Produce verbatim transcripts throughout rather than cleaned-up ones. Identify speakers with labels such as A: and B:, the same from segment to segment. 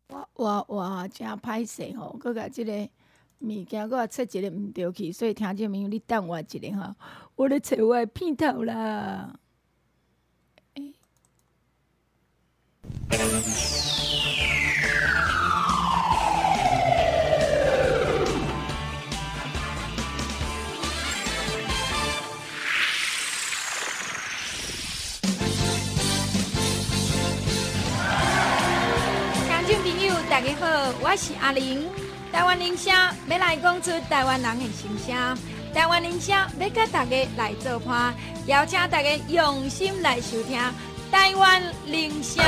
A: 我我我真歹势吼，佮甲即个物件，佮我切一个毋对去，所以听众朋友，你等我一下吼，我咧找我的片头啦。听众朋友，大家好，我是阿玲。台湾铃声要来讲出台湾人的心声，台湾铃声要甲大家来做伴，邀请大家用心来收听台湾铃声。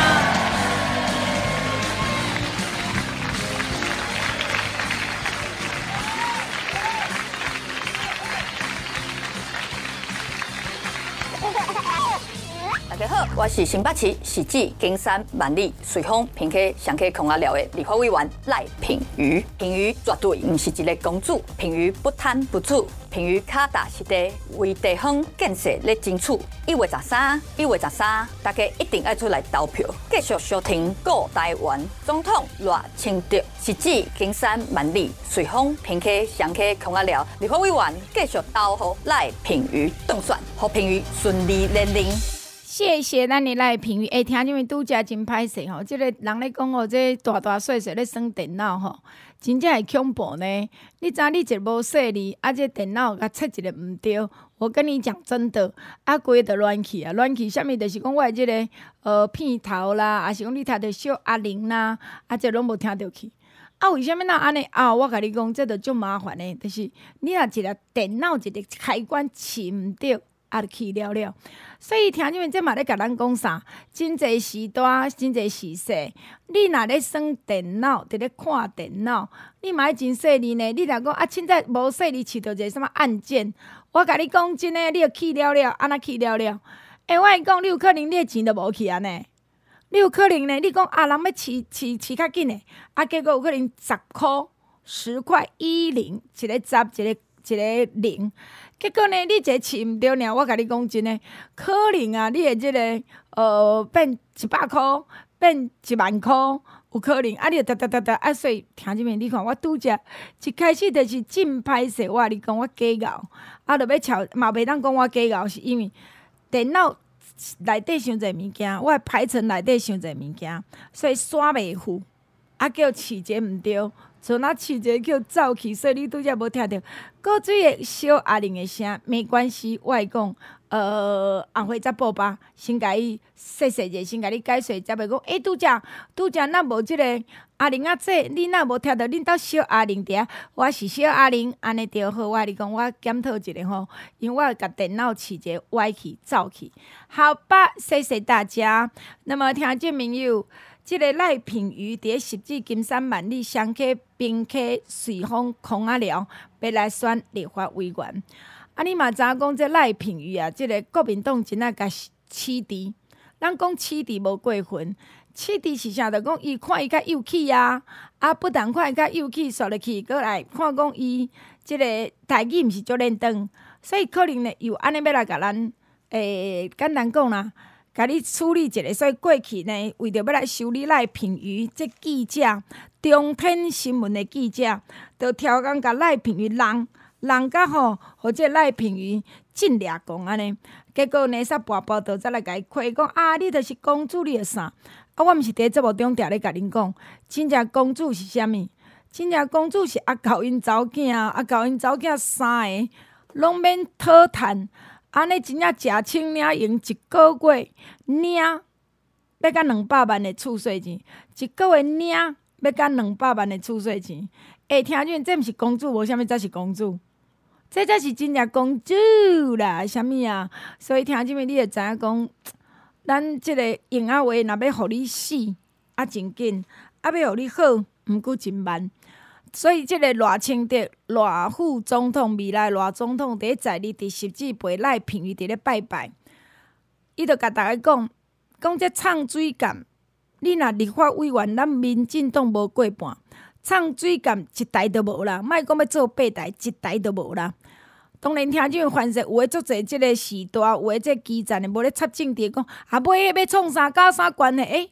B: 大家好，我是新北市喜记金山万里随风平溪上溪空阿寮的立法委员赖品妤。品妤绝对不是一个公主，品妤不贪不醋，品妤脚踏实地为地方建设咧争取。一月十三，一月十三，大家一定要出来投票，继续收听顾台湾总统赖清德。喜记金山万里随风平溪上溪空阿寮立法委员继续投予赖品妤当选，让品妤顺利连任。
A: 谢谢咱的赖评语，哎，听你们拄则真歹势吼，即、这个人咧讲哦，这大大细细咧耍电脑吼，真正会恐怖呢。你知你一无细哩，啊，这电脑甲切一个毋对，我跟你讲真的，啊，规个都乱去啊，乱去啥物？就是讲我的即、这个呃片头啦，还是讲你听着小阿玲啦，啊，这拢无听着去。啊，为什么那安尼啊？我甲你讲，这着足麻烦的，就是你若一个电脑一个开关饲毋着。啊，去了了，所以听你们这嘛咧甲咱讲啥？真侪时代，真侪时势。你若咧耍电脑，伫咧看电脑，你嘛爱真细腻呢。你若讲啊，凊彩无细腻，饲到一个什么按键？我甲你讲真诶，你著去了了，安那去了了？诶、欸，我会讲，你有可能你诶钱都无去安尼。你有可能呢？你讲啊，人要饲饲饲较紧诶，啊，结果有可能十箍、十块一零，一个十，一个一个零。结果呢，你一个饲毋着呢，我甲你讲真诶，可能啊，你的即、这个呃变一百箍，变一万箍，有可能啊，你就哒哒哒哒啊，所以听即面，你看我拄则一开始就是真歹势，我甲你讲我假咬，啊，著要吵嘛袂当讲我假咬，是因为电脑内底伤侪物件，我排程内底伤侪物件，所以刷袂赴，啊叫饲一个毋对。像啊，饲一个叫走去，所以你拄则无听着。古水的小阿玲的声，没关系，我会讲，呃，红花再报吧，先甲伊细细者，先甲你解释，才袂讲，诶、欸，拄则拄则，咱无即个阿玲啊，这你若无听着恁兜小阿玲伫啊，我是小阿玲，安尼着好。我甲你讲，我检讨一下吼，因为我会甲电脑饲一个歪去走去。好吧，谢谢大家。那么听众朋友。即个赖品妤伫十指金山万里上溪平溪随风空啊寮，要来选立法委员。啊，你嘛知影讲这赖品妤啊，即、这个国民党真爱甲饲猪。咱讲饲猪无过分，饲猪是啥？着讲伊看伊较幼气啊，啊不但看伊较幼气，刷入去，过来看讲伊即个台语毋是足认真，所以可能呢，又安尼要来甲咱诶、欸，简单讲啦。甲你处理一下，所以过去呢，为着要来修理赖品妤这记者，中天新闻的记者，就挑工甲赖品妤人人甲吼，或者赖品妤尽掠讲安尼。结果呢，煞跋跋倒再来甲伊亏讲啊，你著是公主，你著啥？啊，我毋是伫节目中定咧甲恁讲，真正公主是啥物？真正公主是阿狗因查某囝，阿狗因查某囝三个，拢免讨趁。安尼真正食清领用一个月领要甲两百万的厝税钱，一个月领要甲两百万的厝税钱。会听见这毋是公主，无啥物才是公主，这才是真正公主啦！啥物啊？所以听见你就知影讲，咱即个用啊话，若要互你死啊真紧，啊要互你好，毋过真慢。所以，即个赖清德、赖副总统、未来赖总统，第一在日伫十指陪赖品妤伫咧拜拜，伊就甲大家讲，讲这唱水干，你若立法委员，咱民进党无过半，唱水干一台都无啦，莫讲要做八台，一台都无啦。当然，听种凡是有诶足侪即个时代，有诶即基层诶，无咧插政治讲，啊，尾迄要创啥搞啥关系？诶、欸，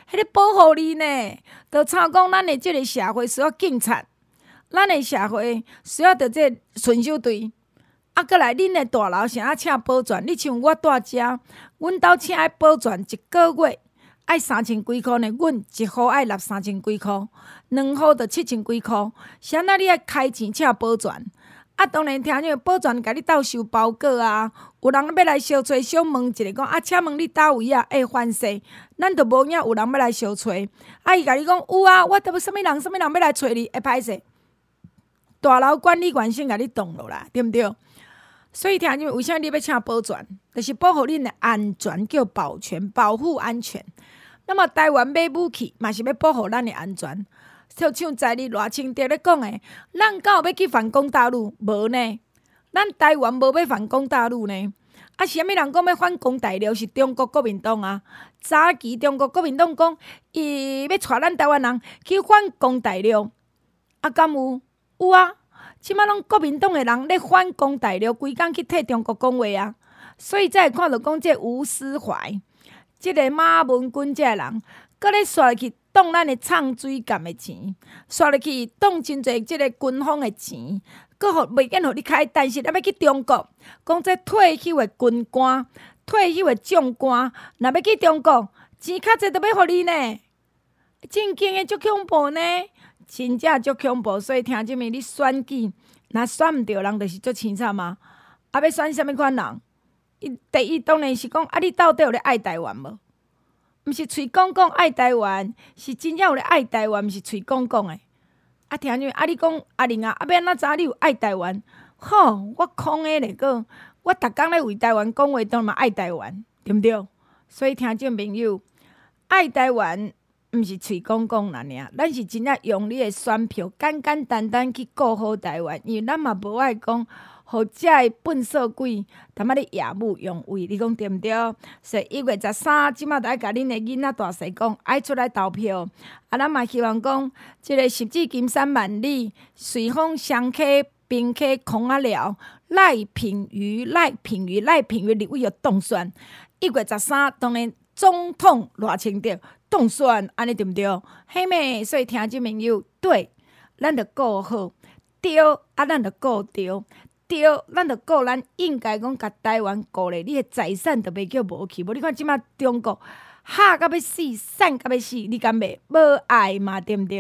A: 迄个保护你呢。就差讲咱的即个社会需要警察，咱的社会需要着即个巡守队。啊，过来恁的大楼啥请保全？你像我住遮，阮兜请爱保全一个月爱三千几箍呢，阮一号爱纳三千几箍，两号着七千几箍。啥那你爱开钱请保全？啊，当然听见保全甲你斗收包裹啊，有人要来相找，小问一下讲啊，请问你倒位啊？会反射，咱着无影有人要来相找。啊，伊甲你讲有啊，我都无啥物人，啥物人要来找你，会歹势。大楼管理员先甲你动落来，对毋对？所以听见为啥你要请保全？就是保护恁的安全，叫保全，保护安全。那么台湾买武器嘛是要保护咱的安全。就像在日偌清德咧讲的，咱敢有要去反攻大陆？无呢，咱台湾无要反攻大陆呢。啊，是啥物人讲要反攻大陆？是中国国民党啊！早期中国国民党讲，伊要带咱台湾人去反攻大陆。啊，敢有？有啊！即摆拢国民党的人咧反攻大陆，规工去替中国讲话啊！所以才会看到讲这吴思怀，即个马文君这人，搁咧刷入去挡咱的唱水监的钱，刷入去挡真侪即个军方的钱，搁互袂瘾互你开，但是咱要去中国，讲这退休的军官、退休的将官，若要去中国，钱较济都要互你呢，正经的足恐怖呢！真正足恐怖，所以听即面你选举，若选毋着人，就是足凄惨啊！啊，要选啥物款人？伊第一当然是讲，啊，你到底有咧爱台湾无？毋是喙讲讲爱台湾，是真正有咧爱台湾，毋是喙讲讲诶。啊，听见啊，你讲阿玲啊，啊要安怎知你有爱台湾？吼，我空诶咧个，我逐工咧为台湾讲话，当然嘛爱台湾，对毋对？所以听众朋友，爱台湾。毋是喙讲讲啦尔，咱是真正用你的选票，简简单单去顾好台湾。因为咱嘛无爱讲，互遮的粪扫鬼他妈咧野武用位，你讲对毋对？所以一月十三，即马就爱甲恁的囡仔大细讲，爱出来投票。啊，咱嘛希望讲，即个十指金山万里，随风双溪并溪空啊了，赖品妤赖品妤赖品妤立委要当选。一月十三，当然总统偌清德。当选安尼对毋对？嘿咩，所以听众朋友，对，咱着顾好，对，啊，咱着顾对，对，咱着顾咱应该讲甲台湾顾咧，你的财产着袂叫无去。无你看即马中国吓到要死，散到要死，你敢袂？无爱嘛，对毋对？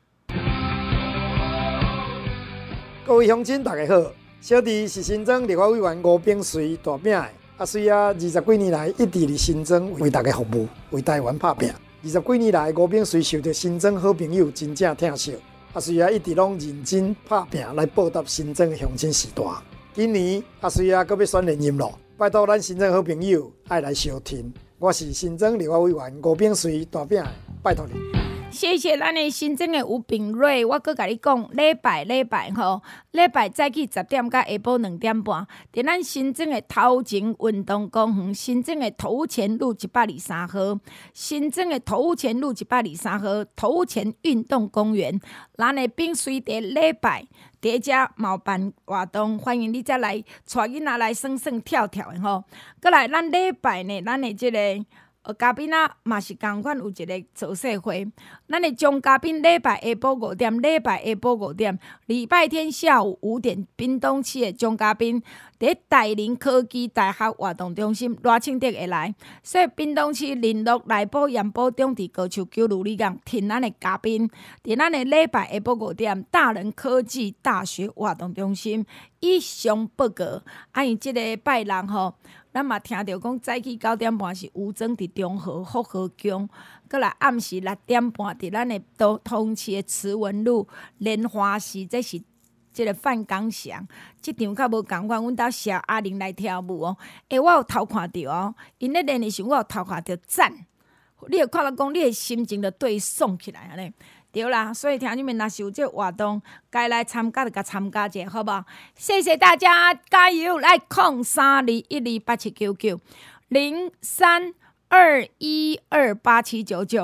C: 各位乡亲，大家好，小弟是新庄立法委员吴秉随大饼的，啊，随啊二十几年来一直伫新庄为大家服务，为台湾拍拼。二十几年来，吴秉随受到新庄好朋友真正疼惜，啊，随啊一直拢认真拍拼来报答新庄的乡亲时代。今年啊，随啊搁要选连任咯，拜托咱新庄好朋友爱来相挺。我是新庄立法委员吴秉随大饼，拜托你。
A: 谢谢咱的新增的吴炳瑞，我搁甲你讲，礼拜礼拜吼，礼拜早起十点到下晡两点半，伫咱新增的头前运动公园，新增的头前路一百二十三号，新增的头前路一百二十三号，头前运动公园，咱的秉随伫礼拜伫遮毛办活动，欢迎你再来带囡仔来耍耍跳跳的吼。搁来咱礼拜呢，咱的即、这个。呃，嘉宾啊，嘛是共款有一个造势会。咱的钟嘉宾礼拜下晡五点，礼拜下晡五点，礼拜天下午五点，屏东市的钟嘉宾伫大林科技大学活动中心，赖清德会来。所以屏东市林鹿内埔盐埔中伫高树桥努力港听咱的嘉宾，伫咱的礼拜下晡五点，大人科技大学活动中心以上报告。啊，伊即个拜六吼。咱嘛听到讲，早起九点半是吴庄伫中和福和宫，搁来暗时六点半伫咱的都通市的慈文路莲花寺，这是即个范港祥。即场较无共款，阮兜小阿玲来跳舞哦。诶，我有偷看到哦，因咧练的时候我有偷看到赞，你会看到讲你的心情就对爽起来安尼。对啦，所以听你们若是有这活动，该来参加就甲参加者，好不好？谢谢大家，加油！来空三二一二八七九九零三二一二八七九九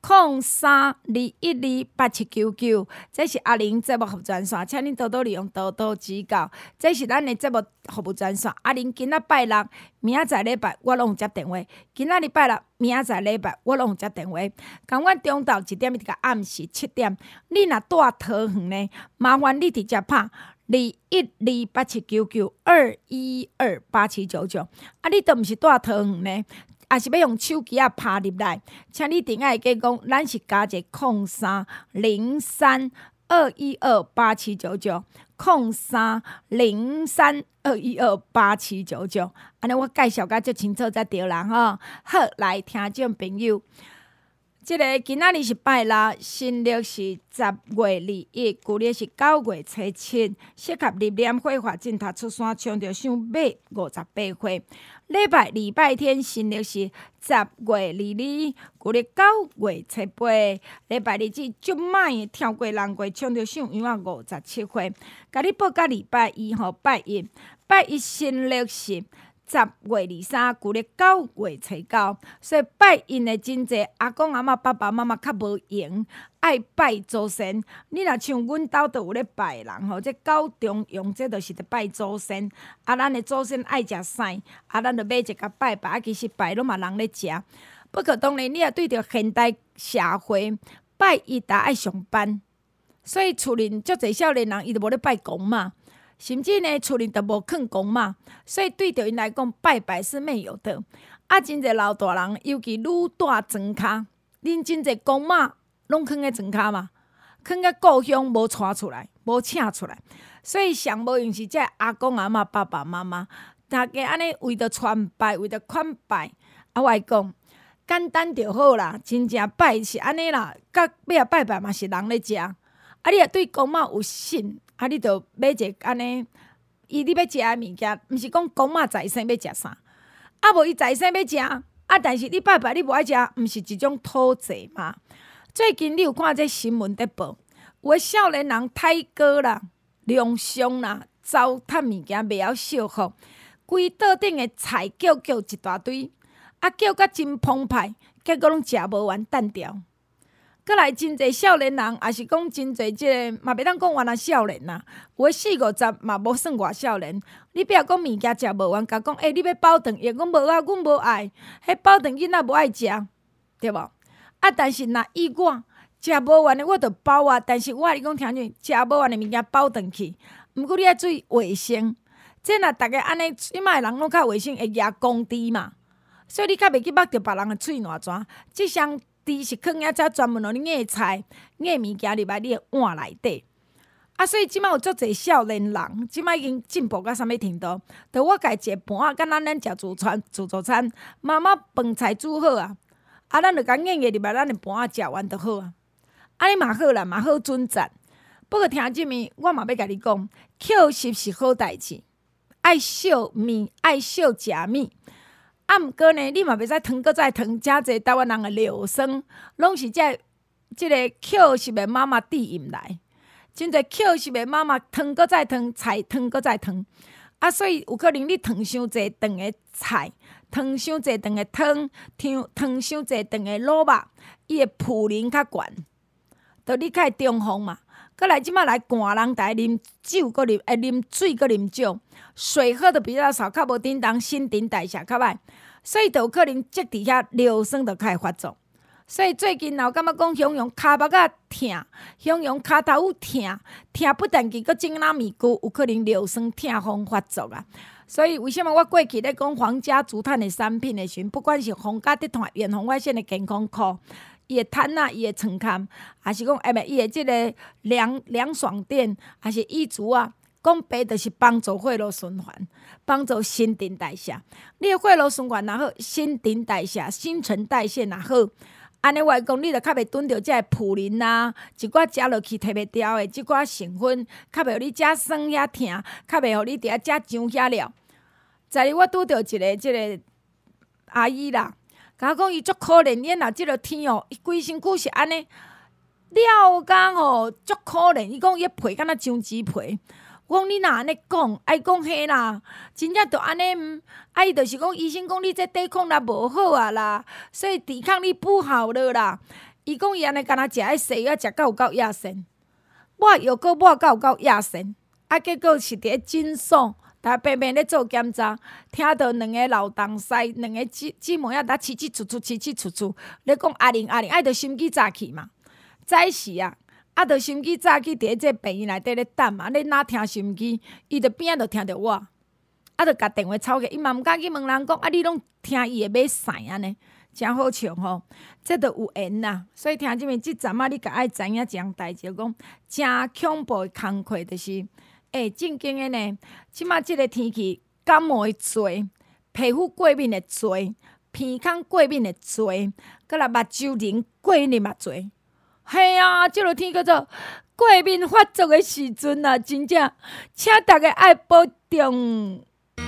A: 零三二一二八七九九，这是阿玲节目服务专线，请恁多多利用，多多指教。这是咱的节目服务专线。阿玲今仔拜六，明仔载礼拜我拢有接电话。今仔日拜六，明仔载礼拜我拢有接电话。讲阮中昼一点一直到暗时七点，你若住桃园呢，麻烦你直接拍二一二八七九九二一二八七九九。啊，你都毋是住桃园呢？也是要用手机啊拍入来，请你电话记讲，咱是加一个零三零三二一二八七九九，零三零三二一二八七九九，安尼我介绍甲足清楚才对啦吼。好，来听众朋友。即个今仔日是拜六，新历是十月二一，旧历是九月初七，适合入念火化进塔出山，冲着上马五十八岁。礼拜礼拜天，新历是十月二二，旧历九月初八。礼拜日子足歹跳过人过，冲着上羊啊五十七岁。甲你报到礼拜一号拜一，拜一新历是十月二三，旧历九月初九，所以拜因的真济阿公阿嬷、爸爸妈妈较无闲，爱拜祖先。你若像阮兜都有咧拜人吼，这九中庸这就是咧拜祖先。啊，咱的祖先爱食啥？啊，咱就买一个拜拜。啊，其实拜拢嘛人咧食。不过当然，你也对着现代社会，拜伊逐爱上班，所以厝里足侪少年人伊就无咧拜公嘛。甚至呢，厝里都无囥公嘛，所以对着因来讲，拜拜是没有的。啊，真侪老大人，尤其愈住庄脚，恁真侪公妈拢囥喺庄脚嘛，囥喺故乡无带出来，无请出来，所以上无用是这阿公阿嬷、爸爸妈妈，大家安尼为着传拜，为着款拜，啊，我来讲简单就好啦，真正拜是安尼啦，甲要拜拜嘛是人咧食，啊，你若对公妈有信。啊！你著买一个安尼，伊你要食诶物件，毋是讲公妈在生要食啥，啊无伊在生要食，啊但是你拜拜你无爱食，毋是一种讨债嘛？最近你有看这新闻在报，有诶少年人太高啦、量伤啦，糟蹋物件袂晓惜福，规桌顶诶菜叫叫一大堆，啊叫甲真澎湃，结果拢食无完单掉。过来真侪少年人，也是讲真侪即个嘛，袂当讲原来少年啦，有诶四五十嘛无算偌少年。你不要讲物件食无完，甲讲诶，你要饱顿，伊讲无啊，阮无爱，迄饱顿囡仔无爱食，对无？啊，但是若以我食无完诶，我著饱啊。但是我甲你讲听见，食无完诶物件饱顿去，毋过你爱注意卫生。即若逐个安尼，即摆人拢较卫生，会举公猪嘛，所以你较袂去捌着别人诶喙偌泉。即项猪是囥遐只专门互你硬菜、硬物件入来你诶碗内底。啊，所以即摆有足侪少年人，即摆已经进步到啥物程度？着我家一个盘仔，敢若咱食自餐自助餐，妈妈饭菜煮好啊，啊，咱着甲硬个入来咱诶盘仔食完就好啊。安尼嘛好啦，嘛好准赞。不过听即面，我嘛要甲你讲，扣食是好代志，爱惜面，爱惜食面。啊，毋过呢，你嘛袂使汤搁再汤，诚济台湾人诶尿酸，拢是这即个扣食诶妈妈滴饮来，真侪扣食诶妈妈汤搁再汤，菜汤搁再汤，啊，所以有可能你汤伤济顿诶菜，汤伤济顿诶汤，汤汤伤济顿诶卤肉，伊诶普林较悬，着你较会中风嘛。过来即摆来寒人，逐个啉酒，搁啉会啉水，搁啉酒，水喝得比较少，较无叮当，新陈代谢较歹，所以就有可能积伫遐尿酸就开始发作。所以最近有感觉讲，形容骹目仔疼，形容骹头疼，疼不但记，搁整哪咪句，有可能尿酸疼风发作啊。所以为什么我过去咧讲皇家竹炭的产品的时，不管是皇家地毯、远红外线的健康裤。伊的毯啊，伊的床垫，还是讲哎袂，伊的即个凉凉爽垫，还是衣足啊，讲白就是帮助血路循环，帮助新陈代谢。你的血路循环若好，新陈代谢、新陈代谢若好，安尼话讲，你就较袂囤着即个普林啊，一寡食落去摕袂掉的即寡成分，较袂互你食酸遐疼，较袂互你伫遐食酱遐了。昨日我拄着一个即个阿姨啦。甲我讲伊足可怜，伊若即落天哦，伊规身躯是安尼了工吼，足可怜。伊讲伊皮敢若酱鸡皮。我讲你若安尼讲，爱讲嘿啦，真正着安尼毋？啊，伊就是讲医生讲你这抵抗力无好啊啦，所以抵抗力不好了啦。 伊讲伊安尼敢若食迄西药，食到有够野生，抹药膏抹到有够野生，啊，结果是伫咧诊所，逐平平咧做检查，听到两个老东西，两个姊姊妹仔，呾凄凄楚楚，凄凄楚楚，咧讲阿玲阿玲，爱着心机早起嘛，早时啊，啊，着心机早起伫咧这病院内底咧等嘛，咧哪听心机，伊着边仔着听着我，啊，着甲电话抄起，伊嘛毋敢去问人讲，啊，你拢听伊的马屎安尼。真好笑吼，这都有缘啦。所以听即面即阵啊，你甲爱知影一样代志，讲真恐怖的工课，就是，诶、欸，正经的呢。即马即个天气，感冒的多，皮肤过敏的多，鼻孔过敏的多，搁来目睭灵过敏的嘛多。嘿啊，即落天叫做过敏发作的时阵啊，真正，请大家爱保重。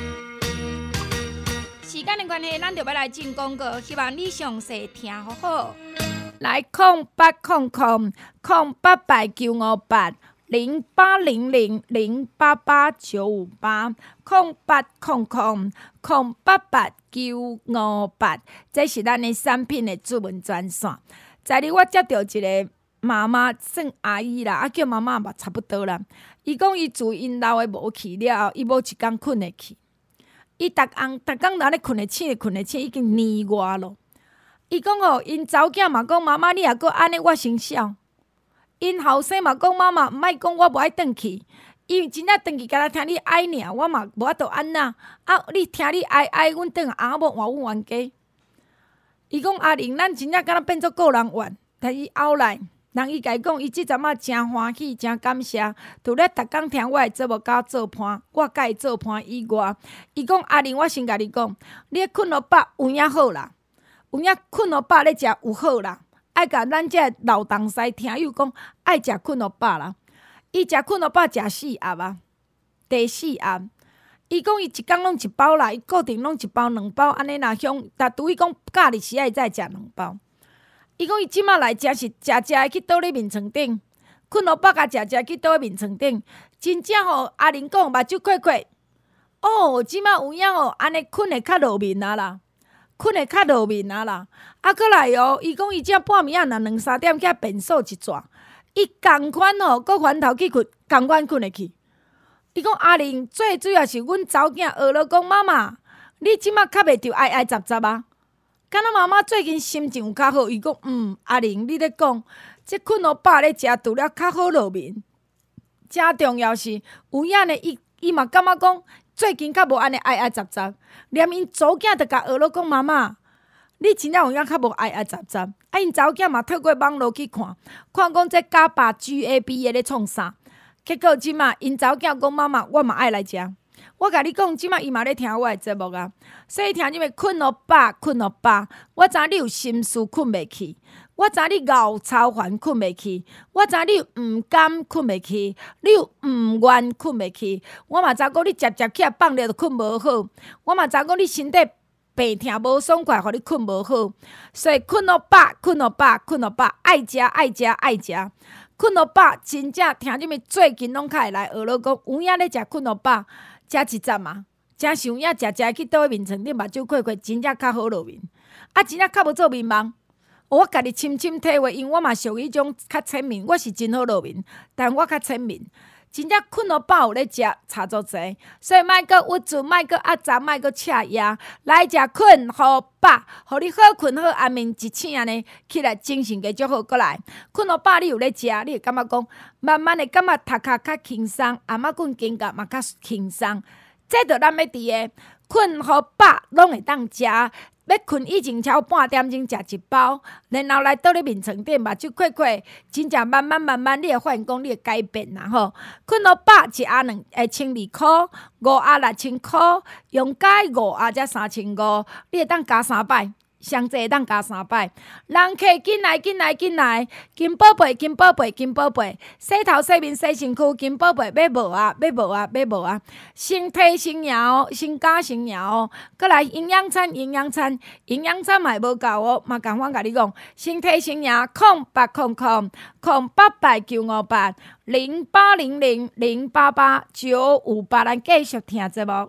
A: 时间的关系，咱就要来进广告，希望你详细听好好。来，空八空空空八八九五八零八零零零八八九五八空八空空空八八九五八，这是咱的产品的主文专线。昨日我接到一个妈妈，算阿姨啦，啊叫妈妈嘛差不多啦。伊讲伊自因老的无去了后，伊无一工困会去。伊逐工逐工若咧困咧醒咧困咧醒，已经年外咯。伊讲哦，因查某囝嘛讲妈妈，你若阁安尼，我先笑。因后生嘛讲妈妈，毋爱讲我无爱转去，伊真正转去，敢若听你哀尔，我嘛无法度安那。啊，你听你哀哀，阮转阿某换阮冤家。伊讲阿玲，咱真正敢若变做个人怨，但伊后来。人伊甲伊讲，伊即阵仔真欢喜，真感谢，除了逐工听我的节目甲做伴，我甲伊做伴以外，伊讲阿玲，我先甲你讲，你困落饱有影好啦，有影困落饱咧食有好啦，爱甲咱这老东西听友讲，爱食困落饱啦。伊食困落饱食四盒啊，第四盒。伊讲伊一工拢一包啦，伊固定拢一包两包，安尼若凶，但除非讲假日时啊，伊才食两包。伊讲伊即马来食是食食的去倒咧面床顶，困落饱甲食食去倒咧面床顶，真正吼阿玲讲目睭快快，哦，即马有影哦，安尼困会较落面啊啦，困会较落面啊啦，啊过来哦，伊讲伊只半暝啊，若两三点去便所一逝，伊共款吼，搁翻头去困，共款困会去。伊讲阿玲最主要是阮查某囝学了讲妈妈，你即马较袂着哀哀杂杂啊。敢若妈妈最近心情有较好，伊讲嗯，阿玲你咧讲，即困落饱咧食，除了较好落面，真重要是有影呢。伊伊嘛感觉讲最近较无安尼哀哀杂杂，连因祖囝都甲学了讲妈妈，你真正有影较无哀哀杂杂。啊，因查某囝嘛透过网络去看，看讲这假爸 G A B 的咧创啥，结果即马因查某囝讲妈妈，我嘛爱来食。我甲你讲，即马伊嘛咧听我的节目啊，所以听你们困落饱，困落饱。我知你有心事困袂去，我知你熬操烦困袂去，我知你有毋甘困袂去，你有毋愿困袂去。我嘛知讲你食食起来放了就困无好，我嘛知讲你身体病痛无爽快，互你困无好。所以困落饱，困落饱，困落饱，爱食爱食爱食。困落饱，真正听你们最近拢较会来学了讲，有影咧食困落饱。食一站啊，真是有影食食去倒咧面床顶，目睭快快，真正较好落面。啊，真正较无做面盲。我家己深深体会，因为我嘛属于迄种较浅面，我是真好落面，但我较浅面。真正困落饱有咧食，差足济，所以莫阁郁住，莫阁压杂，莫阁赤夜，来食困好饱，互你好困好安眠一醒安尼起来精神加足好，过来困落饱，你有咧食，你会感觉讲慢慢的感觉头壳较轻松，阿妈棍肩胛嘛较轻松，这着咱要伫诶困好饱拢会当食。要困以前超半点钟食一包，然后来倒咧面床顶，目睭快快，真正慢慢慢慢，你会发现讲你会改变啦吼。困落饱一盒两会千二箍，五盒六千箍，用解五盒才三千五，你会当加三摆。上济会当加三摆，人客紧来紧来紧来，金宝贝金宝贝金宝贝，洗头洗面洗身躯，金宝贝要无啊要无啊要无啊，身体先摇，身家先摇，过来营养餐营养餐营养餐嘛无够哦，嘛共阮甲你讲，身体先摇，空八空空空八八九五八零八零零零八八九五八，咱继续听节目。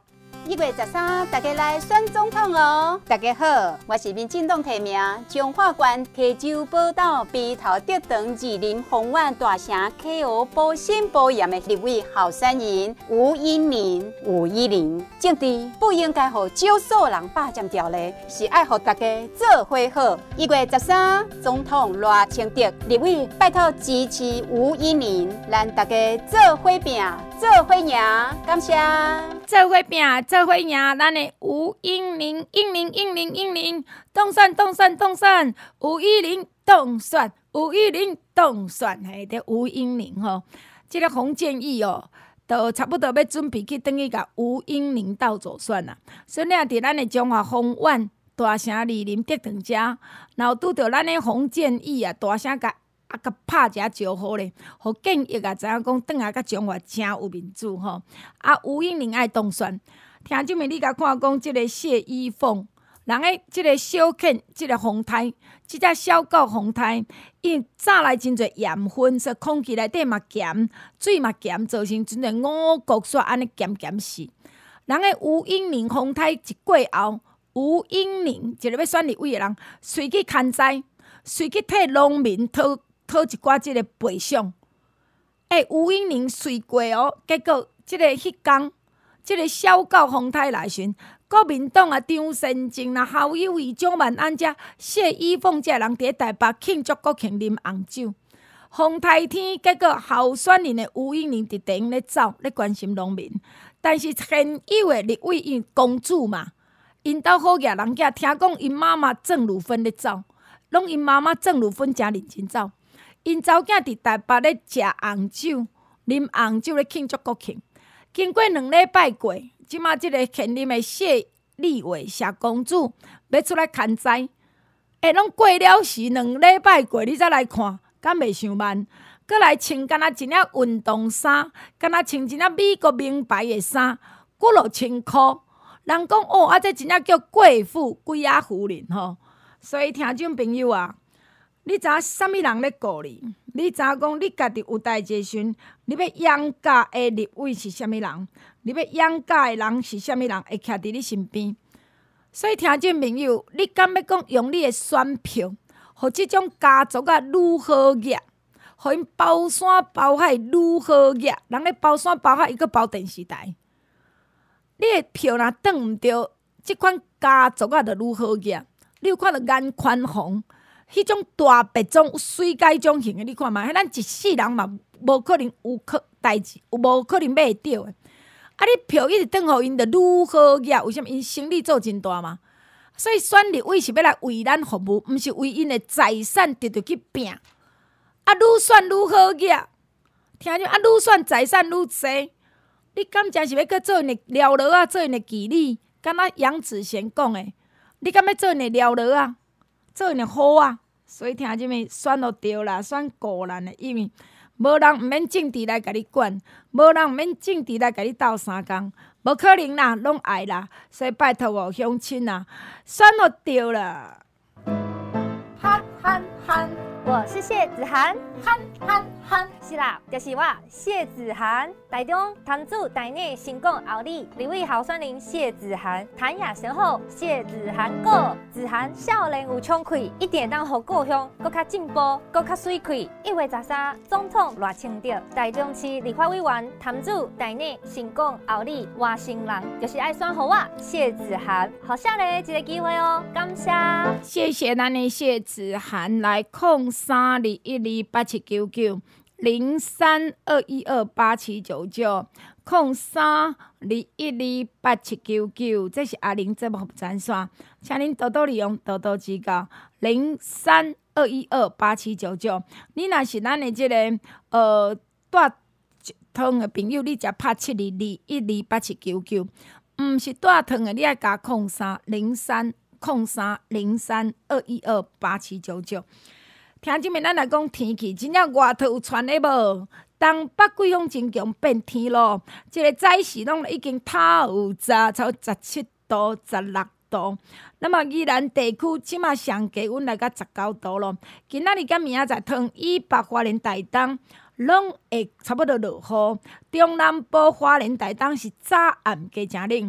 D: 一月十三，大家来选总统哦！大家好，我是民进党提名彰化县溪州宝岛鼻头竹塘二林丰苑大城 K O 保心保严的立委候选人吴英玲。吴英玲，政治不应该让少数人霸占掉嘞，是爱让大家做伙好。一月十三，总统赖清德立委拜托支持吴英玲，咱大家做伙拼，做伙赢，感谢。
A: 做伙拼，做伙赢，咱的吴英玲，英玲，英玲，英玲，当选，当选，当选，吴英玲当选，吴英玲当选，嘿，这吴英玲吼，这个洪建义哦，都差不多要准备去等于甲吴英玲斗助选啦。所以咧，伫咱的中华丰苑大城二林竹塘遮，然后拄着咱的洪建义啊，大声甲。啊，甲拍一下招呼咧，互建议啊，知影讲转来甲中华真有民主吼。啊，吴英玲爱当选，听即面你甲看讲，即个谢依凤，人诶，即个小犬，即个红胎，即只小狗红胎，因早来真侪盐分，说空气内底嘛咸，水嘛咸，造成真侪五谷煞安尼咸咸死。人诶，吴英玲红胎一过后，吴英玲一个要选立委诶人，随去牵灾，随去替农民讨。讨一寡即个赔偿，诶、欸，吴英玲随过哦，结果即个迄天，即个小狗风台来时，国民党啊张善政啦、侯友宜、蒋万安遮谢依凤遮人伫台北庆祝国庆啉红酒，风台天，结果候选人的吴英玲伫地方咧走，咧关心农民，但是现有的立委因公主嘛，因兜好野人囝，听讲因妈妈郑汝芬咧走，拢因妈妈郑汝芬诚认真走。因查某囝伫台北咧食红酒、啉红酒咧庆祝国庆。经过两礼拜过，即马即个现任的谢立伟谢公主要出来牵灾，诶，拢过了时两礼拜过，你再来看，敢袂伤慢？搁来穿敢若一领运动衫，敢若穿一领美国名牌的衫，几落千箍。人讲哦，啊，这真正叫贵妇、贵雅夫人吼。所以听众朋友啊。你知影啥物人咧顾你？你知影讲你家己有代志时，你要养家的立委是啥物人？你要养家的人是啥物人？会徛伫你身边。所以听众朋友，你敢要讲用你的选票，互即种家族啊愈好业，互因包山包海愈好业，人咧包山包海，伊阁包电视台。你的票若转毋着，即款家族啊就愈好业。你有看到颜宽宏？迄种大白种水解种型的，你看嘛，迄咱一世人嘛，无可能有可代志，有无可能买得着的。啊，你票一直转互因，就愈好业。为什么因生意做真大嘛？所以选立委是要来为咱服务，毋是为因的财产直直去拼。啊，愈选愈好业，听着啊，愈选财产愈多。你敢真是要去做因的寮落啊，做因的妓女？敢若杨子贤讲的，你敢要做因的寮落啊？做因好啊，所以听即物选就对啦，选个人的，因为无人毋免政治来甲你管，无人毋免政治来甲你斗相共，无可能啦，拢爱啦，所以拜托哦，乡亲啊，选就对啦。
E: 憨憨憨，我是谢子涵，憨憨憨，是啦，就是我谢子涵。台中潭子台内成功后里立委候选人谢子涵，谈雅神后谢子涵过，子涵少年有冲气，一定当互故乡搁较进步，搁较水气。一月十三，总统赖清德，台中市立法委员潭子台内成功后里外省人，就是爱选互我谢子涵，好下咧一个机会哦，感谢。
A: 谢谢咱的谢子涵来空三二一二八七九九。零三二一二八七九九，空三二一二八七九九，这是阿玲节目专线，请您多多利用，多多指教。零三二一二八七九九，你若是咱的这个呃带汤的朋友，你才拍七二二一二八七九九，毋是带汤的，你爱加空三零三空三零三二一二八七九九。听即面咱来讲天气，真正外头有传的无？东北季风真强变天咯，即、这个早时拢已经透早超十七度、十六度。那么宜兰地区即马上低温来到十九度咯。今仔日甲明仔载汤以北花莲台东拢会差不多落雨，中南部花莲台东是早暗加真冷。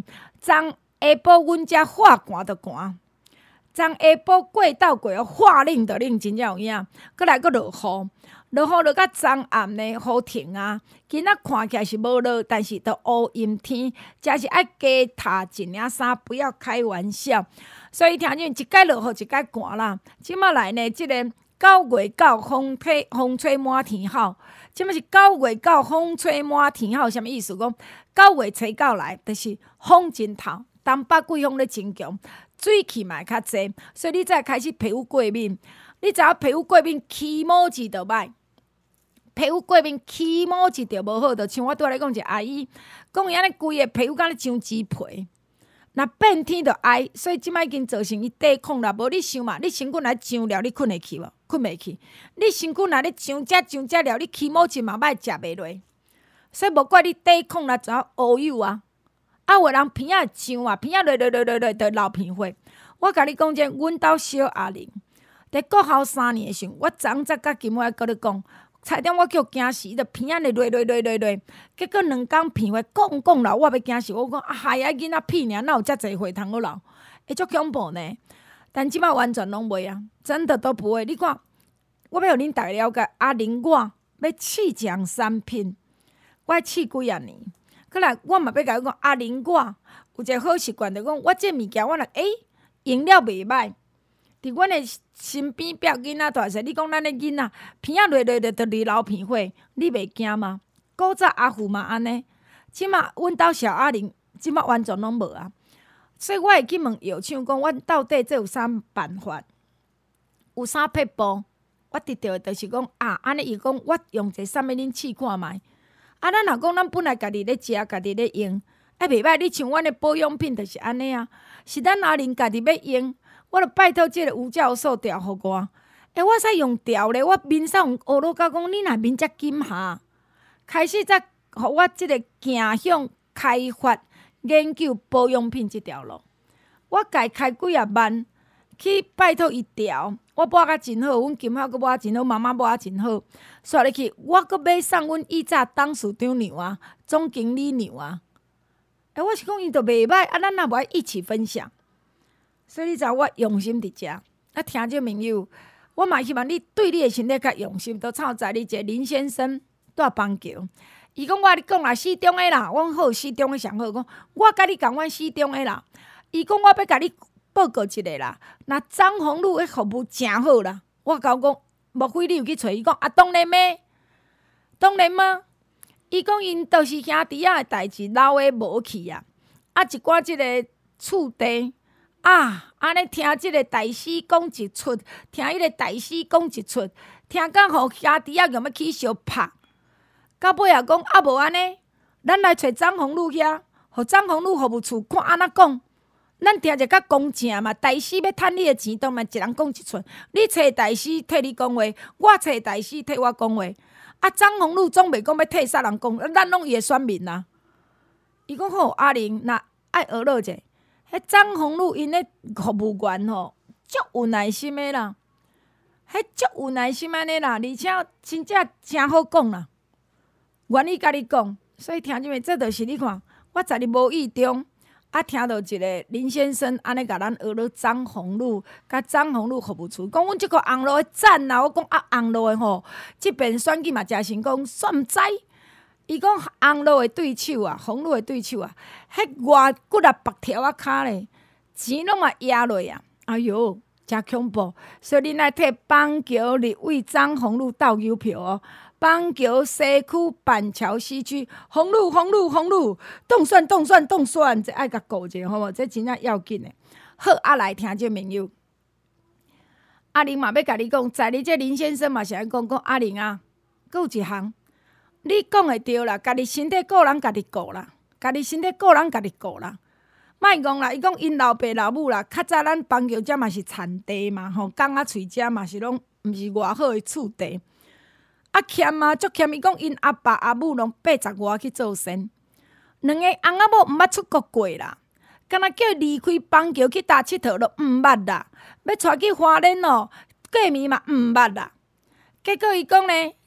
A: 昨下晡阮遮化寒就寒，昨下晡过斗过化冷就冷，真正有影。过来佫落雨，落雨落到昨暗呢，雨停啊。今仔看起来是无落，但是都乌阴天，真是爱加搭一领衫，不要开玩笑。所以听见一解落雨，一解寒啦。即马来呢，即、这个九月九风吹风吹满天好。即马是九月九风吹满天好，啥物意思？讲九月初九来，就是风真透，东北季风咧真强，水气嘛会较济，所以你才开始皮肤过敏。你知影皮肤过敏起毛字就歹，皮肤过敏起毛字就无好，就像我拄仔咧讲一个阿姨，讲伊安尼规个皮肤敢咧长鸡皮。若变天就哀，所以即摆已经造成伊抵抗啦。无你想嘛，你身躯若上了，你困会去无？困袂去。你身躯若咧上遮上遮了，你起毛钱嘛歹食袂落。所以无怪你抵抗啦，就要乌有啊。啊，有人鼻仔上啊，鼻仔落落落落落，就流鼻血。我甲你讲者，阮兜小阿玲，伫国校三年诶时阵，我昨则甲今仔甲你讲。差点我叫惊死，伊就鼻仔咧落落落落落，结果两工鼻血讲讲流，我要惊死。我讲啊，害啊囡仔屁尔，哪有遮侪血通好流？会足恐怖呢。但即摆完全拢袂啊，真的都不会。你看，我要互恁逐个了解，阿玲我要试酱产品，我要试几啊年。过来，我嘛要甲你讲，阿玲我有一个好习惯，就讲我这物件我若诶用了袂歹。伫阮的身边壁囡仔大细，你讲咱的囡仔鼻仔落落落就流流鼻血，你袂惊吗？古早阿父嘛安尼，即马阮兜小阿玲，即马完全拢无啊。所以我会去问药厂讲，阮到底这有啥办法？有啥撇步？我得到的就是讲啊，安尼伊讲我用者啥物恁试看觅。啊，咱若讲咱本来家己咧食，家己咧用，哎袂歹。你像阮的保养品就是安尼啊，是咱阿玲家己要用。我著拜托即个吴教授调互我，诶、欸，我使用调咧，我面上学到甲讲，你若面遮金下，开始才互我即个行向开发研究保养品即条路。我家开几啊万去拜托伊调，我抹甲真好，阮金仔佫抹真好，妈妈抹真好，煞入去，我佫买送阮以早董事长娘啊，总经理娘啊。诶、欸，我是讲伊著袂歹，啊，咱若无爱一起分享。所以你知我用心伫遮，啊，听这朋友，我嘛希望你对你的身体较用心。都草在你一个林先生住邦桥，伊讲我你讲啦，四中的啦，阮好四中的上好，讲我甲你讲阮四中的啦。伊讲我要甲你报告一个啦，那张宏路的服务诚好啦。我甲讲，莫非你有去找伊讲啊？当然咩？当然吗？伊讲因都是兄弟仔的代志，老的无去啊。啊，一寡即个厝地。啊，安尼听即个大师讲一出，听迄个大师讲一出，听讲互兄弟仔用要起相拍，到尾也讲啊无安尼，咱来找张宏路遐，互张宏路服务处看安怎讲，咱听者较公正嘛。大师要趁你的钱，当然一人讲一出。你找大师替你讲话，我找大师替我讲话。啊，张宏路总袂讲要替啥人讲，咱拢伊的选民啊。伊讲好，阿玲若爱学落者。迄张宏路因咧服务员吼，足有耐心的啦，迄足有耐心安尼啦，而且真正诚好讲啦，愿意甲你讲。所以听即个，这就是你看，我昨日无意中啊，听到一个林先生安尼甲咱学了张宏路，甲张宏路服务处，讲阮即个红路的赞啦，我讲啊红路的吼，即边选举嘛诚成功，煞毋知。伊讲红路的对手啊，红路的对手啊，迄外骨力白条啊骹咧，钱拢嘛压落啊！哎哟，真恐怖！所以恁来替邦桥立委张宏路斗邮票哦。邦桥西区板桥西区，宏路宏路宏路，动算动算动算，这爱甲顾者好无？这真正要紧的。好，啊来听这朋友，阿玲嘛要甲你讲，在你这林先生嘛是安讲讲阿玲啊，佫有一项。你讲会对啦，家己身体个人家己顾啦，家己身体个人家己顾啦，莫讲啦。伊讲因老爸老母啦，较早咱邦桥遮嘛是田地嘛，吼，港仔厝遮嘛是拢毋是偌好诶厝地，啊欠啊，足欠。伊讲因阿爸阿母拢八十外去做生，两个翁仔某毋捌出国过啦，敢若叫离开邦桥去搭佚佗都毋捌啦，要带去花莲哦，过暝嘛毋捌啦。结果伊讲呢。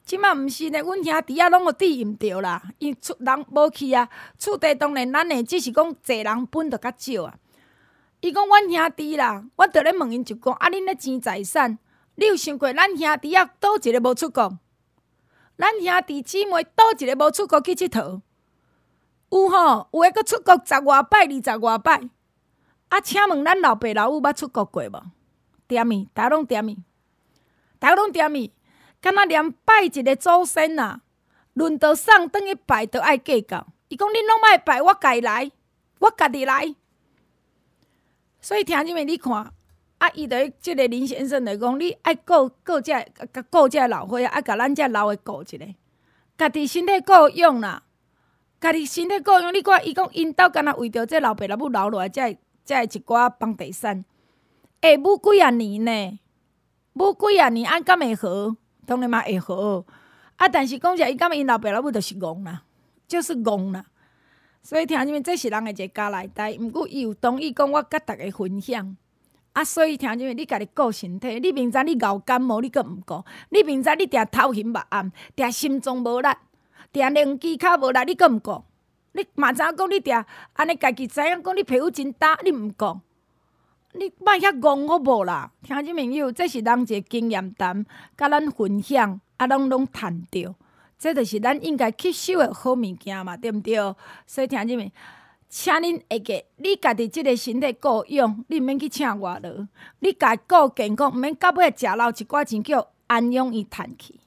A: 即摆毋是呢，阮兄弟仔拢有抵用着啦，因厝人无去啊，厝地当然咱的只是讲济人分着较少啊。伊讲阮兄弟啦，我着咧问因就讲，啊，恁咧争财产，你有想过咱兄弟仔倒一个无出国？咱兄弟姊妹倒一个无出国去佚佗？有吼，有诶，佫出国十外摆、二十外摆。啊，请问咱老爸老母捌出国过无？点伊，逐个拢点伊，逐个拢点伊。敢若连拜一个祖先啊，轮到送转去拜，都爱计较。伊讲恁拢莫拜，我家己来，我家己来。所以听姊妹，你看，啊，伊着即个林先生来讲，你爱顾顾遮顾遮老伙仔，爱甲咱遮老的顾一下，家己身体够用啦。家己身体够用，你看伊讲因兜敢若为着这老爸老母留落来，才会才会一寡房地产，会舞几啊年呢？舞几啊年，按敢会好？当然嘛会好，啊！但是讲起来，伊感觉因老爸老母就是戆啦，就是戆啦。所以听你们，这是人的一个家内代，毋过伊有同意讲我甲逐个分享。啊，所以听你们，你家己顾身体，你明知你敖感冒，你阁毋顾；你明知你定头晕目暗，定心脏无力，定两支骹无力，你阁毋顾。你嘛知影讲你定安尼家己知影讲你皮肤真干，你毋顾。你莫遐戆好无啦，听众朋友，这是人一个经验谈，甲咱分享，啊，拢拢趁着，这就是咱应该吸收的好物件嘛，对毋对？所以听众朋友，请恁下个，你家己即个身体顾养，你毋免去请外劳，你家己顾健康，毋免到尾食老一寡钱叫安养伊趁去。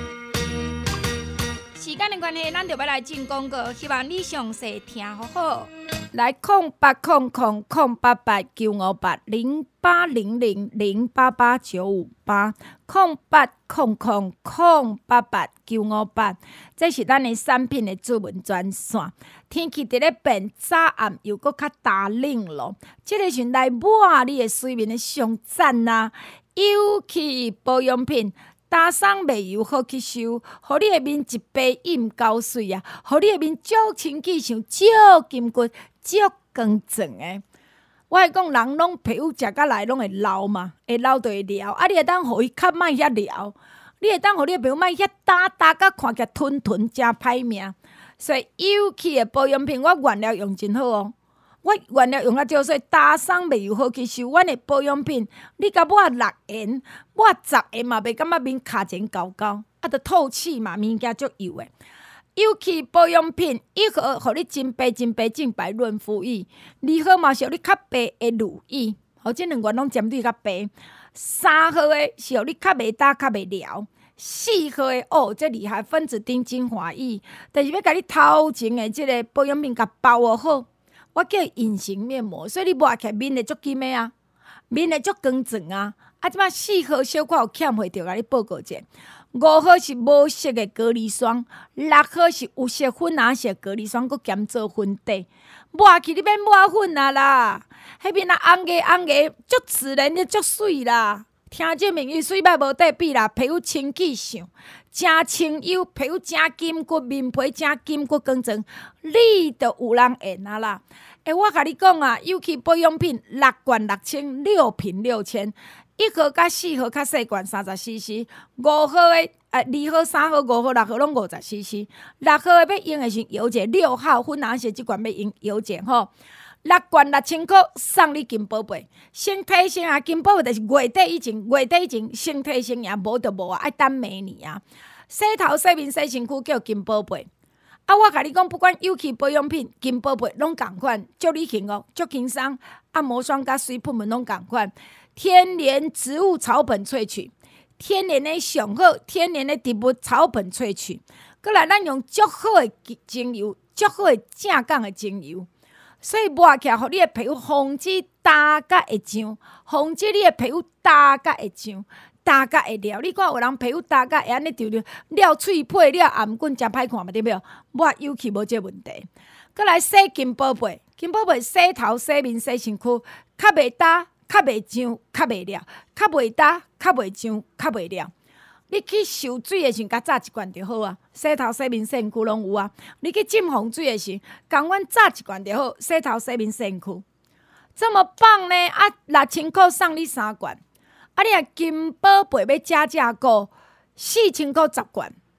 A: 时间的关系，咱就要来进广告，希望你详细听好好。来，空八空空空八八九五八零八零零零八八九五八，空八空空空八八九五八，这是咱的产品的主文专线。天气伫咧变，早暗又搁较大冷咯，这个时来抹你的水面的上赞啊！尤其保养品。打送袂油好吸收，互你的面一白印高水啊，互你的面足清气像足金骨、足光泽诶。我会讲，人拢皮肤食甲来拢会老嘛，会老就会撩，啊，你会当互伊较莫遐撩，你会当互你的皮肤莫遐打打甲看起来吞吞真歹命。所以尤其的保养品，我原料用真好哦。我原料用啊少，所以打送袂油好吸收。阮的保养品，你甲抹六元、抹十元嘛，袂感觉面卡前高高，啊，着透气嘛，物件足油的。尤其保养品，一盒互你真白、真白、净白润肤液；二盒嘛是互你较白的乳液，好，即两罐拢针对较白。三盒的是互你较袂打、较袂撩。四号的哦，这厉害分子丁精华液，但是要甲你头前的即个保养品甲包哦好。我叫隐形面膜，所以你抹起来面会足金的啊，面会足光泽啊。啊，即摆四号小可有欠货，着甲你报告者。五号是无色的隔离霜，六号是有色粉红色隔离霜，佮兼做粉底。抹起你免抹粉啊啦，迄边啊红个红个，足自然的足水啦。听这名语水歹无得比啦，皮肤清气上，真清幽，皮肤真金骨，面皮真金骨光泽，你着有人缘啊啦！诶，我甲你讲啊，尤其保养品六罐六千，六瓶六千，一盒甲四盒较细罐三十 C C， 五盒的啊二盒、三盒、五盒、六盒拢五十 C C， 六盒的要用的是油者六号粉红色即罐要用油者吼。六罐六千块送你金宝贝，先提升啊！金宝贝就是月底以前，月底以前先提升啊，无就无啊，爱等明年啊。洗头、洗面、洗身躯叫金宝贝。啊，我甲你讲，不管有机保养品、金宝贝拢共款，足你行哦，足轻松。按摩霜甲水喷门拢共款，天然植物草本萃取，天然的上好，天然的植物草本萃取。过来，咱用足好的精油，足好的正港的精油。所以抹起来，互你的皮肤防止打甲会痒，防止你的皮肤打甲会痒，打甲会撩。你看有人皮肤打甲会安尼丢丢，了喙皮了颔棍真歹看嘛，对不对？抹油漆无这问题。过来洗金宝贝，金宝贝洗头、洗面、洗身躯，较袂打、较袂痒、较袂撩，较袂打、较袂痒、较袂撩。你去受水的时，甲炸一罐就好啊。洗头、洗面、洗身躯拢有啊。你去浸风水的时，共阮炸一罐就好。洗头、洗面、洗身躯，这么棒呢！啊，六千块送你三罐。啊，你若金宝贝要加价购，四千块十罐。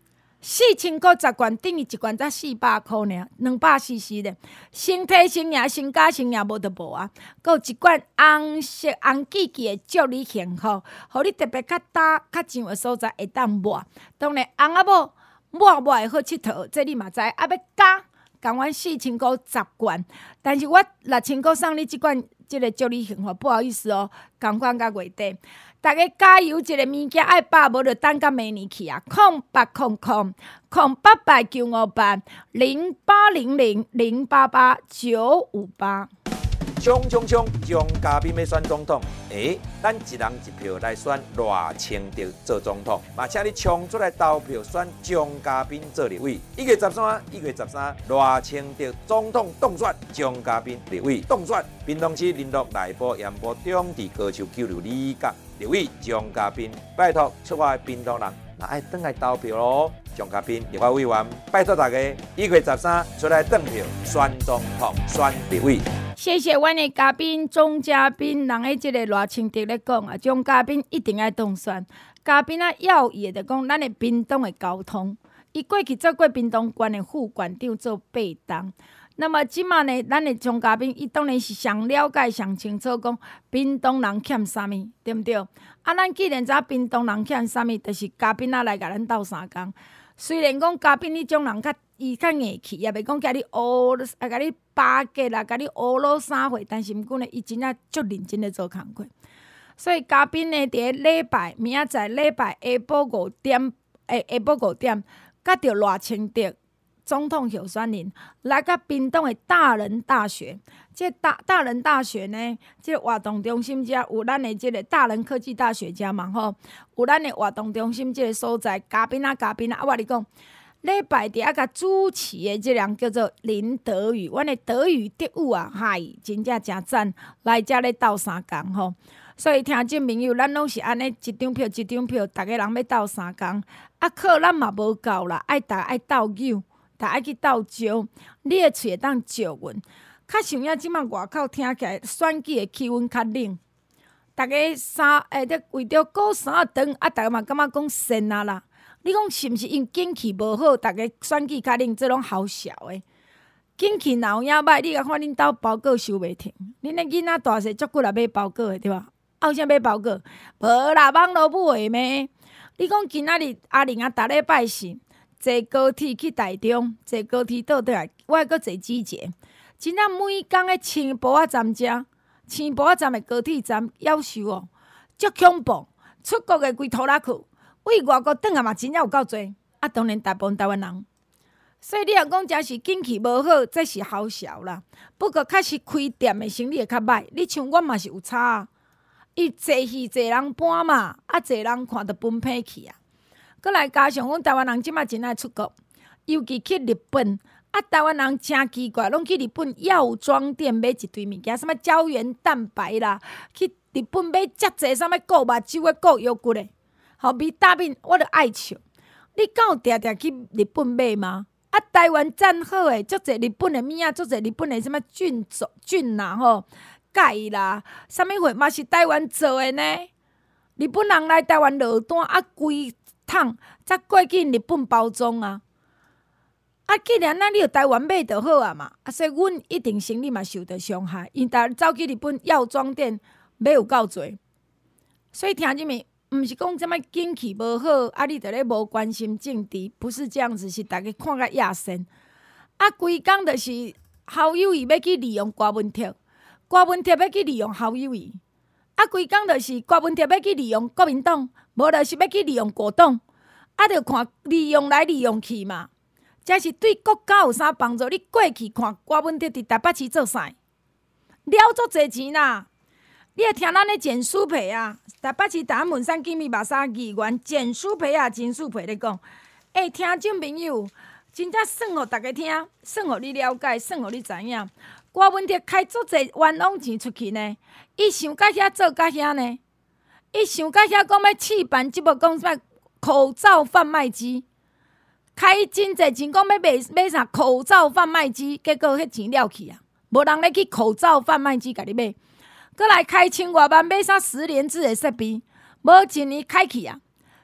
A: 四千块十罐，等于一罐才四百块尔，两百 C C 咧。身体生也，身家生也无得无啊。佮有一罐红色红记记的祝你幸福，互你特别较大较上的所在会当抹。当然，红仔某抹抹会好佚佗，这你嘛知。啊，要加，共阮四千块十罐，但是我六千块送你即罐，即个祝你幸福，不好意思哦，共款到月底。大家加油！一个物件爱百，无就等到明年去啊！空八空空空八八九五八零八零零零八八九五八。
F: 冲冲冲！蒋家彬要选总统，诶、欸，咱一人一票来选赖清德做总统，嘛，请你冲出来投票选蒋家彬做立委。一月十三，一月十三，赖清德总统当选，蒋家彬立委当选。屏东市林鹿内埔盐埔中地高球九六里角立委蒋家彬，拜托出我的屏东人，那爱转来投票咯。蒋家彬立法委员，拜托大家一月十三出来投票选总统、选立委。
A: 谢谢阮的嘉宾钟嘉宾，人诶，即个赖清德咧讲啊，钟嘉宾一定爱当选。嘉宾啊，要义的讲，咱的屏东的交通，伊过去做过屏东县的副县长做八当。那么即马呢，咱的钟嘉宾，伊当然是上了解、上清楚讲屏东人欠啥物，对毋对？啊，咱既然知屏东人欠啥物，就是嘉宾啊来甲咱斗相共。虽然讲嘉宾迄种人较伊较硬气，也袂讲甲你乌，啊甲你巴结啦，甲你乌罗啥货，但是毋过呢，伊真正足认真咧做工课。所以嘉宾呢，伫礼拜明仔载礼拜下晡五点，诶下晡五点，甲着赖清德总统候选人来到屏东的大人大学。这大大人大学呢，这个活动中心遮有咱的这个大人科技大学遮嘛吼，有咱的活动中心这个所在，嘉宾啊嘉宾啊，啊我你讲，礼拜伫遐甲主持的这人叫做林德宇，阮的德宇德宇啊，嗨，真正真赞，来遮咧斗相共吼。所以听众朋友，咱拢是安尼一张票一张票，逐个人要斗相共，啊靠，咱嘛无够啦，爱逐个爱斗友，逐爱去斗招，你的喙会当招阮。较想影即摆外口听起来选举的气温较冷，逐个衫诶，咧为着过三长，啊，逐个嘛感觉讲神啊啦。你讲是毋是因景气无好，逐个选举较冷，这拢好笑诶。景气若有影歹，你甲看恁兜包裹收袂停，恁的囡仔大细足久来买包裹诶，对吧？啊，有啥买包裹？无啦，网络买诶咩？你讲今仔日阿玲啊，逐礼拜四坐高铁去台中，坐高铁倒倒来，我还阁坐机捷。真正每工诶青埔仔站遮，青埔仔站诶高铁站夭寿哦，足恐怖！出国诶规拖拉库，为外国转来嘛，真正有够侪。啊，当然大部分台湾人，所以你若讲真是景气无好，这是好笑啦。不过确实开店诶生意会较歹，你像我嘛是有差啊。伊坐戏坐人搬嘛，啊坐人看着分批去啊。搁来加上阮台湾人即摆真爱出国，尤其去日本。啊，台湾人真奇怪，拢去日本药妆店买一堆物件，什物胶原蛋白啦，去日本买遮济什物顾目睭的、顾腰骨的，吼维他命，我著爱笑。你敢有定定去日本买吗？啊，台湾赞好诶，足济日本的物仔，足济日本的什物菌种菌啦吼，钙啦，什物货嘛是台湾做诶呢？日本人来台湾落单啊，规桶才过去日本包装啊。啊，既然咱你有台湾买就好啊嘛，啊，所以阮一定生理嘛受到伤害。因逐走去日本药妆店买有够侪，所以听入面，毋是讲什物景气无好，啊，你著咧无关心政治，不是这样子，是逐个看甲野生。啊，规工著是侯友宜要去利用郭文哲，郭文哲要去利用侯友宜，啊，规工著是郭文哲要去利用国民党，无著是要去利用国党，啊，著看利用来利用去嘛。这是对国家有啥帮助？你过去看郭文哲伫台北市做啥？了足侪钱啦！你会听咱咧简书培啊，台北市大安文山机密马沙议员简书培啊，简书培咧讲，诶、欸，听众朋友，真正算互大家听，算互你了解，算互你知影。郭文哲开足侪冤枉钱出去呢，伊想甲遐做甲遐呢，伊想甲遐讲要试办即部讲啥口罩贩卖机。开真侪钱，讲要买买啥口罩贩卖机，结果迄钱了去啊！无人咧去口罩贩卖机甲你买，搁来开千外万买啥十连制的设备，无一年开去啊！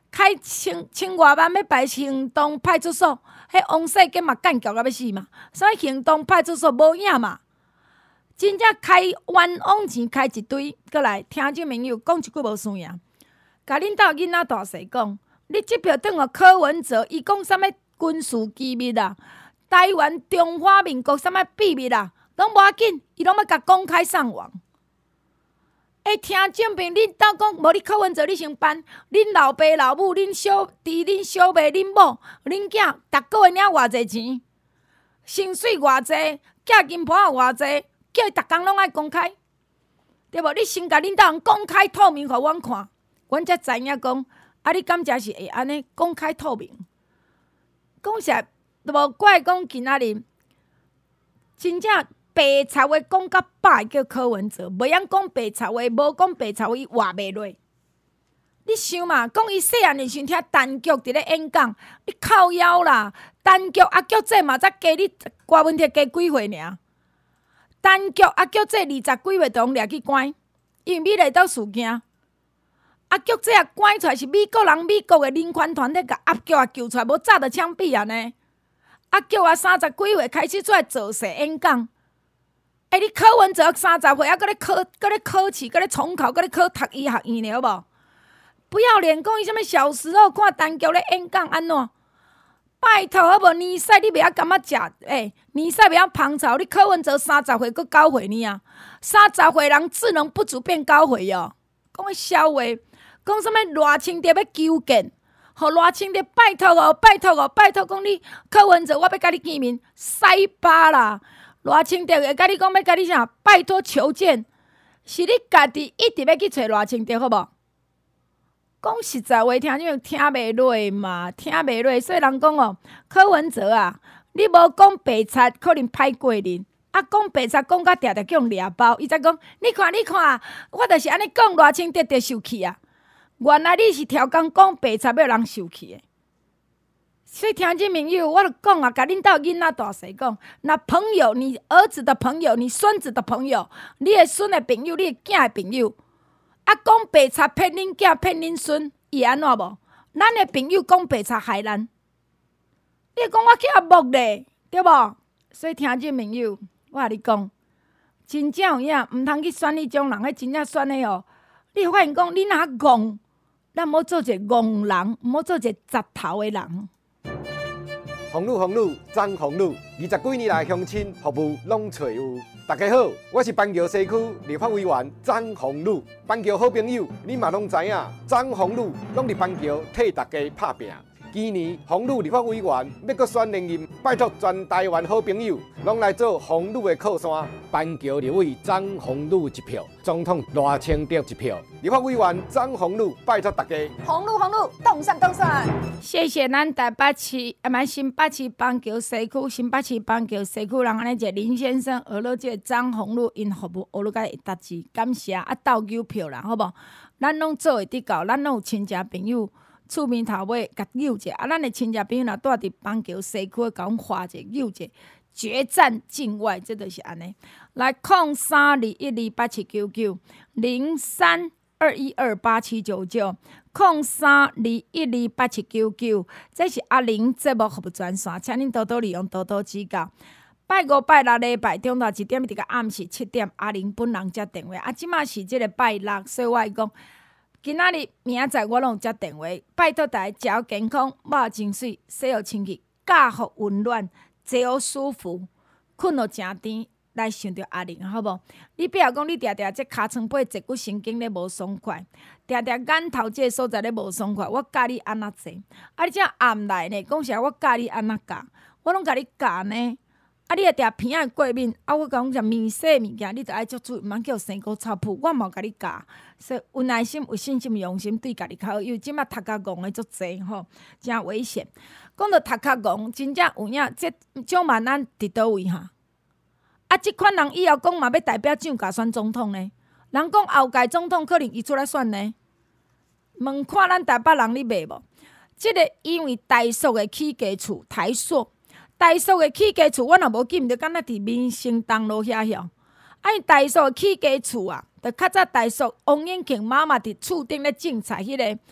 A: 开千千外万要排行动派出所，迄王世坚嘛干叫到要死嘛，所以行动派出所无影嘛。真正开冤枉钱开一堆，过来听众朋友讲一句无输赢，甲恁兜囡仔大细讲，你即票转互柯文哲，伊讲啥物军事机密啊，台湾中华民国啥物秘密啊，拢无要紧，伊拢要甲公开上网。会听证明恁兜讲，无你柯文哲你先办，恁老爸老母、恁小弟、恁小妹、恁某、恁囝，逐个月领偌济钱，薪水偌济，寄金盘也偌济。叫伊逐工拢爱公开，对无？你先甲恁兜人公开透明，互阮看，阮才知影讲，啊，你敢真是会安尼公开透明？讲实在，无怪讲今仔日真正白贼话讲甲饱叫柯文哲，袂晓讲白贼话，无讲白贼话伊活袂落。你想嘛，讲伊细汉的时阵听陈菊伫咧演讲，你靠腰啦，陈菊阿菊这嘛才加你郭文铁加几岁尔？陈菊阿菊这二十几岁就掠去关，因为美丽岛事件。阿菊这也关出来是美国人、美国的人权团体甲阿菊也救出来，无早就枪毙啊呢。阿菊啊，三十几岁开始出来做势演讲。哎，你柯文哲三十岁还搁咧考，搁咧考试，搁咧重考，搁咧考读医学院了，好无？不要脸，讲伊什物小时候看陈菊咧演讲安怎？拜托，好无年赛你袂晓感觉食？诶、欸，年赛袂晓芳草。你柯文哲三十岁，搁九岁呢啊？三十岁人智能不足变九岁哦。讲个笑话，讲什物赖清德要纠建，互赖清德拜托哦，拜托哦，拜托讲你柯文哲，我要甲你见面，西巴啦！赖清德会甲你讲要甲你啥？拜托求见，是你家己一直要去找赖清德，好无？讲实在话，听种听袂落嘛，听袂落，所以人讲哦，柯文哲啊，你无讲白贼，可能歹过人；啊，讲白贼，讲甲定定叫人掠包，伊才讲，你看，你看，我就是安尼讲，赖清德就受气啊。原来你是超工讲白贼要人受气的。所以听众朋友，我著讲啊，甲恁兜囡仔大细讲，那朋友，你儿子的朋友，你孙子的朋友，你的孙的朋友，你的囝的朋友。啊，讲白贼骗恁囝骗恁孙，伊安怎无？咱的朋友讲白贼害咱，你讲我囝木咧，对无？所以听众朋友，我甲你讲，真正有影，毋通去选迄种人，迄真正选的哦。你发现讲，你若戆，咱莫做一个戆人，莫做一个杂头的人。
G: 红路红路张红路，二十几年来乡亲服务拢找有。大家好，我是板桥西区立法委员张宏路。板桥好朋友，你嘛拢知影，张宏路拢伫板桥替大家拍拼。今年宏路立法委员要阁选连任，拜托全台湾好朋友拢来做宏路的靠山。板桥立委张宏路一票，总统赖清德一票。立法委员张宏路，拜托大家。
B: 宏路宏路，动算动算。
A: 谢谢咱台北市，啊，蛮新北市板桥西区、新北市板桥西区人安尼一个林先生，学了这个张宏路因服务，学了甲会达志，感谢啊斗牛票啦，好无？咱拢做会得到，咱拢有亲戚朋友。厝面头尾甲扭者，啊，咱的亲戚朋友若住伫板桥西区，甲阮画者扭者，决战境外，这就是安尼。来，空三二一二八七九九零三二一二八七九九，空三二一二八七九九，这是阿玲节目服务专线，请恁多多利用，多多指教。拜五、拜六礼拜中昼一点一直到暗时七点，阿玲本人接电话。啊，即马是即个拜六，所以我会讲。今仔日明仔载我拢有接电话，拜托大家食健康，肉真水，洗好清气，觉好温暖，坐好舒服，困好正甜，来想着阿玲，好无？你比如讲，你定定这尻川背脊骨神经咧无爽快，定定眼头这个所在咧无爽快，我教你安怎做。啊，你这暗来呢？讲实我教你安怎教，我拢甲你教呢。啊，你会定鼻仔过敏，啊，我讲像面洗物件，你着爱足注意，毋通叫生菇臭噗。我嘛有甲你教，所以有耐心、有信心、用心对家己较好。因为即马头壳戆的足济吼，真危险。讲到头壳戆，真正有影，这种嘛咱伫倒位哈？啊，即款人以后讲嘛要代表蒋家选总统呢？人讲后届总统可能伊出来选呢？问看咱台北人你袂无？即、这个因为台塑的起家厝台塑。台塑的起家厝，我若无记，毋着敢若伫民生东路遐遐。啊，因台塑的起家厝啊，着较早台塑王永庆妈妈伫厝顶咧种菜，迄、那个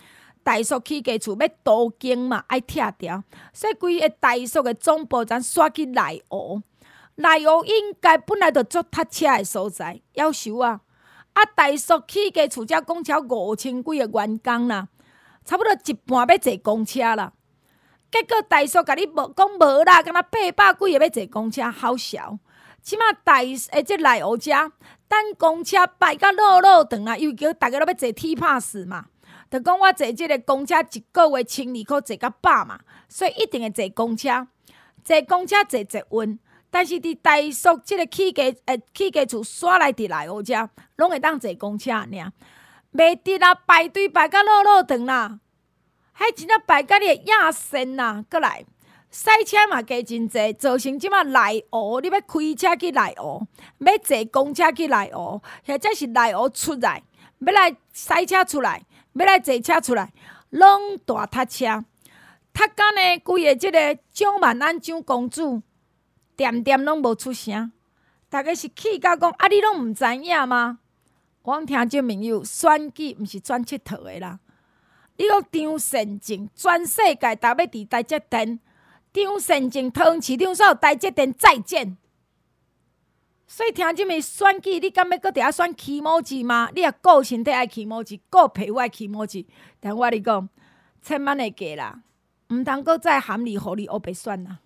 A: 大宿起家厝要途经嘛，爱拆掉，所以规个大宿的总部咱刷去内湖。内湖应该本来就做塞车的所在，夭寿啊！啊，大宿起家厝遮公车五千几个员工啦，差不多一半要坐公车啦。结果大宿甲你无讲无啦，敢若八百几个要坐公车，好笑。即马大诶，即内湖遮等公车排甲落落长啦，因为叫大家都要坐 T pass 嘛，就讲我坐即个公车一个月千二箍坐到百嘛，所以一定会坐公车，坐公车坐捷运。但是伫大宿即个起家诶起家厝煞来伫内湖遮，拢会当坐公车尔，袂得啦，排队排甲落落长啦，还真正排甲你会压身啦，过来塞车嘛加真济，造成即马内湖你要开车去内湖，要坐公车去内湖，或者是内湖出来，要来塞车出来，要来坐车出来，拢大塞车。塔干呢，规个即个蒋万安蒋公主。点点拢无出声，大家是气甲讲啊！你拢毋知影吗？我听众朋友，选举毋是选佚佗的啦。你讲张善政全世界逐要伫台积电，张善政桃园市长说台积电再见。所以听众朋友，选举你敢要搁伫遐选起毛字吗？你也顾身体爱起毛字，顾皮肤爱起毛字，但我你讲，千万会记啦，毋通搁再含你互你黑白选啦。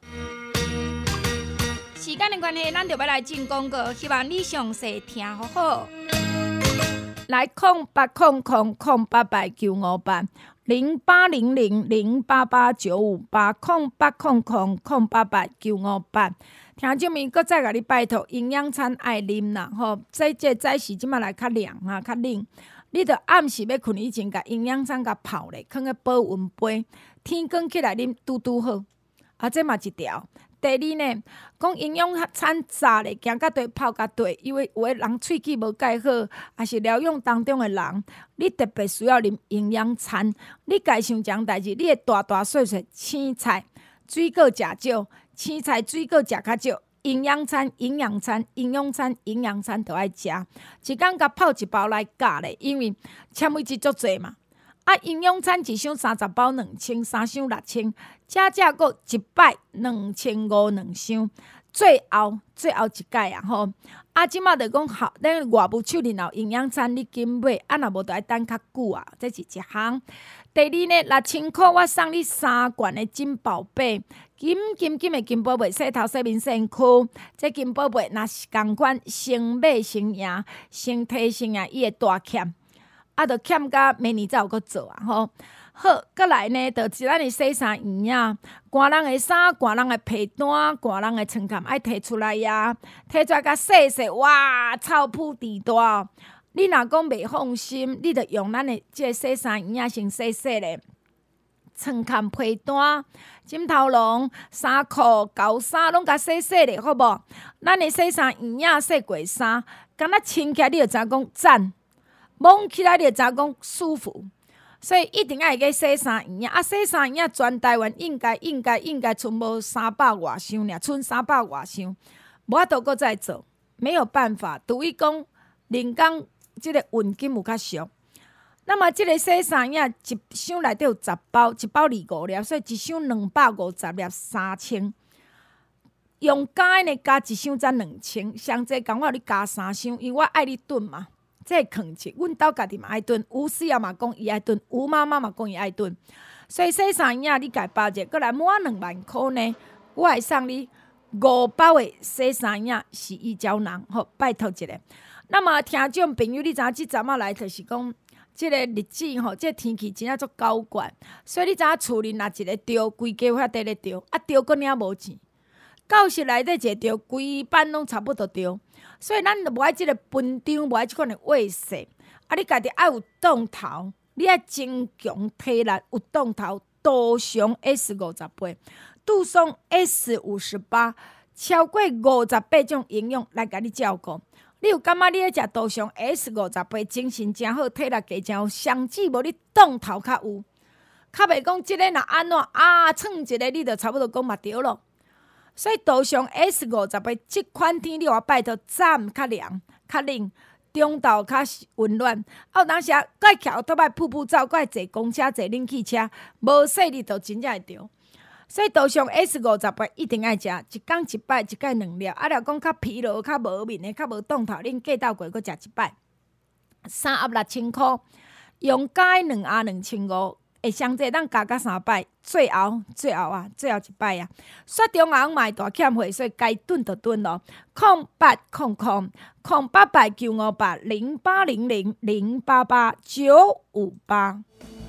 A: 时间的关系，咱就要来进广告，希望你详细听好好。来，空八空空空八八九五八零八零零零八八九五八空八空空空八八九五八。听众们，搁再甲你拜托，营养餐爱啉啦，吼！这这早时即马来较凉啊，较冷，你着暗时要困以前，甲营养餐甲泡咧，放个保温杯，天光起来啉拄拄好。啊，这嘛一条。第二呢，讲营养餐早咧，行到地泡到地，因为有个人喙齿无介好，也是疗养当中的人，你特别需要啉营养餐。你家想一件代志，你会大大细细青菜、水果食少，青菜、水果食较少。营养餐、营养餐、营养餐、营养餐都爱食，一工甲泡一包来教咧，因为纤维质足侪嘛。啊，营养餐一箱三十包两千，三箱六千，加价个一百两千五两箱，最后最后一届啊吼！啊，即马着讲好，咱外部手里头营养餐你紧买，啊若无着爱等较久啊，这是一项。第二呢，六千块我送你三罐的金宝贝，金金金的金宝贝，洗头洗面身躯，这金宝贝若是共款，先买先赢，先摕先赢，伊会大欠。啊，着欠甲明年才有搁做啊吼。好，过来呢，就是咱的洗衫圆啊，寒人的衫、寒人的被单、寒人的床垫爱摕出来呀，摕出来甲洗洗，哇，臭扑地大。你若讲袂放心，你着用咱的即个洗衫圆啊，先洗洗咧。床垫、被单、枕头笼、衫裤、厚衫，拢甲洗洗咧，好无？咱的洗衫圆啊，洗过衫，敢若穿起来，你着知讲赞。摸起来你就知讲舒服，所以一定要会去洗衫圆啊！洗衫圆全台湾应该应该应该剩无三百外箱尔，剩三百外箱，无法度搁再做，没有办法。除非讲人工即个运金有较俗，那么即个洗衫圆一箱内底有十包，一包二五粒，所以一箱两百五十粒，三千。用加呢加一箱才两千，上济讲我你加三箱，因为我爱你炖嘛。这坑钱，阮兜家己嘛爱炖，吴师爷嘛讲伊爱炖，吴妈妈嘛讲伊爱炖，所以洗衫圆你家包者，过来满两万块呢，我会送你五包的洗衫圆洗衣胶囊，好拜托一下。那么听众朋友，你知影即阵仔来就是讲，即个日子吼，即个天气真正足高悬，所以你知影厝里若一个钓，规家遐底咧钓，啊钓个领无钱。教室内底一钓，规班拢差不多钓，所以咱就无爱即个分场，无爱即款的话势。啊，你家己爱有档头，你爱增强体力，有档头。杜松 S 五十八，杜松 S 五十八，超过五十八种营养来甲你照顾。你有感觉你咧食杜松 S 五十八，精神真好，体力加真好，上至无你档头较有，较袂讲即个若安怎啊，蹭一个你就差不多讲嘛对咯。所以杜松 S 五十八即款天，你话拜托早毋较凉较冷， 中昼较温暖，啊有当时啊，该桥倒摆瀑布走，该坐公车、坐冷气车，无说你就真正会着。所以道上 S 五十八一定爱食，一工一摆，一摆两粒。啊，若讲较疲劳、较无面的、较无动头，恁过斗过搁食一摆。三盒六千箍，用加两盒两千五，会上济咱加到三摆，最后最后啊，最后一摆啊。雪中红嘛大欠货，所以该炖就炖咯。空八空空空八八九五八零八零零零八八九五八。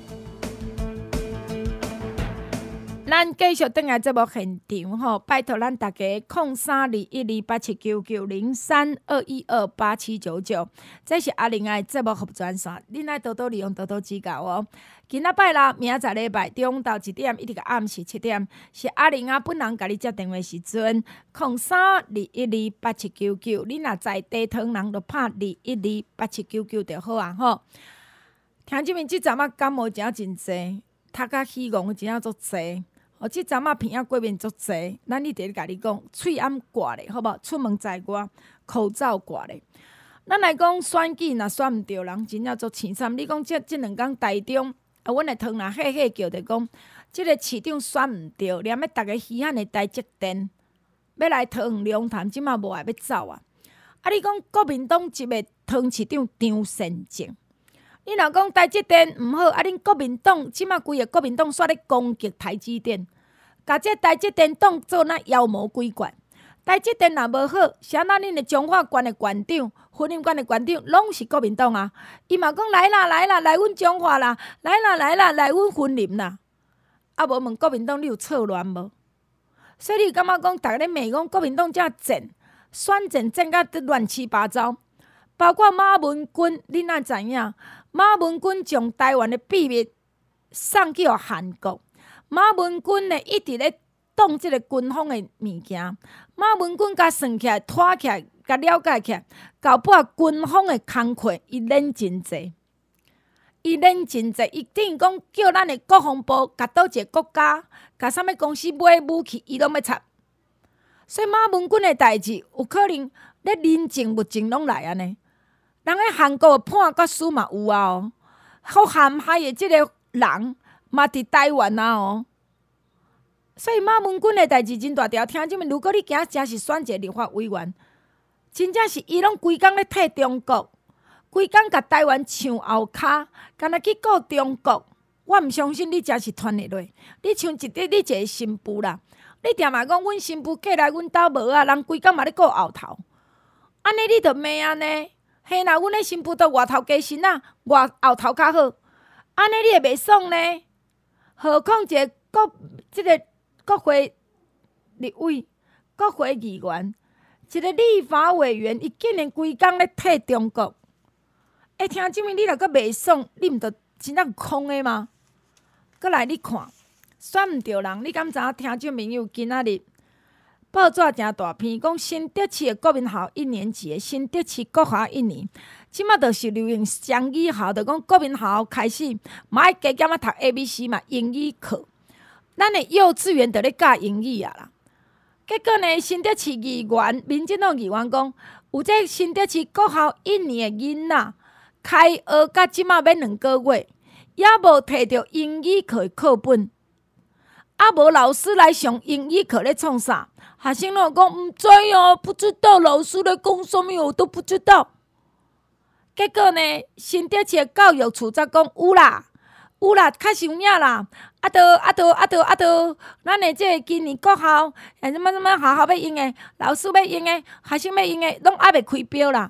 A: 咱继续转来节目现场吼，拜托咱大家空三二一二八七九九零三二一二八七九九，这是阿玲的节目服专线，恁爱多多利用，多多指教哦。今仔拜六，明仔载礼拜中昼一点一直到暗时七点，是阿玲啊本人甲你接电话时阵，空三二一二八七九九，恁若在地汤人就拍二一二八七九九就好啊吼。听即面即阵啊感冒真真济，头壳虚戆真啊足济。哦，即阵啊鼻仔过敏足济，咱一直甲你讲，喙暗挂咧，好无？出门在外，口罩挂咧。咱来讲选举，若选毋着人，真正足凄惨。你讲即即两工台中，啊，阮的汤若嘿嘿叫着讲，即个市长选毋着，连要逐个稀罕的台积电要来汤龙潭，即马无爱要走啊！啊，你讲国民党一个汤市长张善政。你若讲台积电毋好，啊！恁国民党即马规个国民党煞咧攻击台积电，甲这台积电当做那妖魔鬼怪。台积电若无好，啥那恁的中华县的县长、云林县的县长拢是国民党啊！伊嘛讲来啦来啦来阮中华啦，来啦来啦来阮云林啦。啊无问国民党你有错乱无？所以你感觉讲，逐个咧骂讲国民党遮贱，选战战甲乱七八糟。包括马文君，恁哪知影？马文君将台湾的秘密送去互韩国。马文君呢一直咧动即个军方的物件。马文君甲算起来、拖起来、甲了解起来，搞不好军方的工课伊练真济，伊练真济，伊等于讲叫咱的国防部甲倒一个国家，甲啥物公司买武器，伊拢要插。所以马文君的代志有可能咧人情物情拢来安尼。人喺韩国判决书嘛有啊哦，好陷害的即个人嘛伫台湾啊哦，所以马文君的代志真大条。听即面，如果你今真是选一个立法委员，真正是伊拢规工咧替中国，规工甲台湾唱后骹，干那去告中国，我毋相信你真是传得落。你像一个你一个新妇啦，你定嘛讲阮新妇过来阮兜无啊，人规工嘛咧告后头，安尼你着骂安尼。嘿啦，阮咧新妇都外头加薪啊，外后头较好，安尼你会袂爽呢？何况一个国，即、这个国会立委、国会议员，一个立法委员，伊竟然规工咧替中国，会听即面你若阁袂爽，你毋着真正空的吗？阁来你看，选毋着人，你敢知影？听众朋友今仔日。报纸真大篇，讲新德市的国民校一年级的新德市国校一年，即马就是流行双语校，就讲国民校开始，嘛爱加减啊读 A B C 嘛英语课，咱的幼稚园就咧教英语啊啦。结果呢，新德市议员、民进党议员讲，有这新德市国校一年的囡仔开学到即马要两个月，也无摕到英语课的课本，啊无老师来上英语课咧创啥？学生拢讲毋知啊，不知道老师咧讲什么，我都不知道。结果呢，新德市的教育处则讲有啦，有啦，确实有影啦。啊倒啊倒啊倒啊倒，咱的这个今年国校，诶什么什么学校要用的，老师要用的，学生要用的，拢还袂开标啦。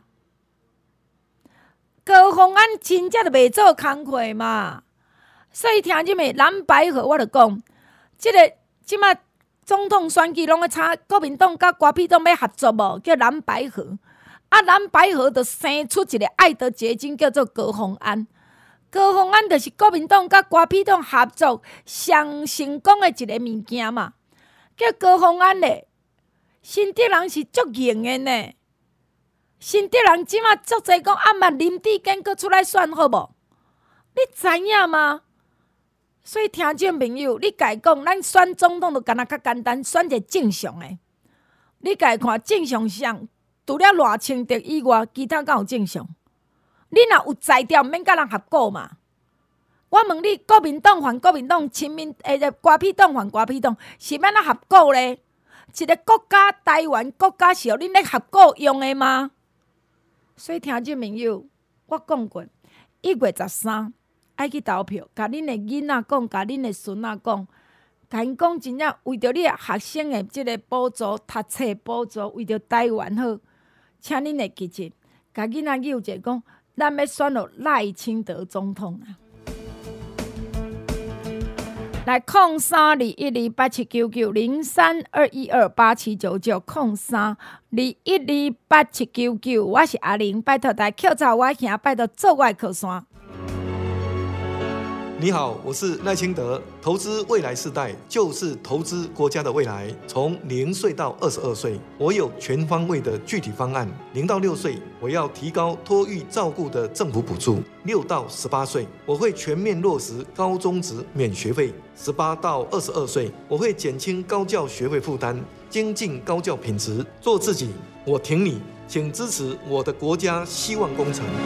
A: 高方案真正就袂做工课嘛。所以听即个蓝白河，我就讲，即、这个即马。总统选举拢咧吵，国民党甲国民党要合作无？叫蓝白合，啊蓝白合就生出一个爱德结晶，叫做高虹安。高虹安就是国民党甲国民党合作上成功的一个物件嘛。叫高虹安咧，新德人是足硬的呢。新德人即马足侪讲啊嘛，林志坚搁出来选好无？你知影吗？所以听众朋友，你家讲，咱选总统就干那较简单，选一个正常的。你家看正常上，除了赖清德以外，其他敢有正常？ 你若有才调，免甲人合股嘛。我问你，国民党还国民党，亲民诶，瓜屁党还瓜屁党，是免哪合股咧？一个国家台湾国家是互恁咧合股用的吗？所以听众朋友，我讲过，一月十三爱去投票，甲恁的囡仔讲，甲恁的孙仔讲，甲因讲真正为着你学生的即个补助、读册补助，为着台湾好，请恁会记住，甲囡仔拗者讲，咱要选落赖清德总统啊！来，空三二一二八七九九零三二一二八七九九空三二一二八七九九，我是阿玲，拜托大家扣查我兄，拜托做我的靠山。
H: 你好，我是赖清德。投资未来世代，就是投资国家的未来。从零岁到二十二岁，我有全方位的具体方案。零到六岁，我要提高托育照顾的政府补助；六到十八岁，我会全面落实高中职免学费；十八到二十二岁，我会减轻高教学费负担，精进高教品质。做自己，我挺你，请支持我的国家希望工程。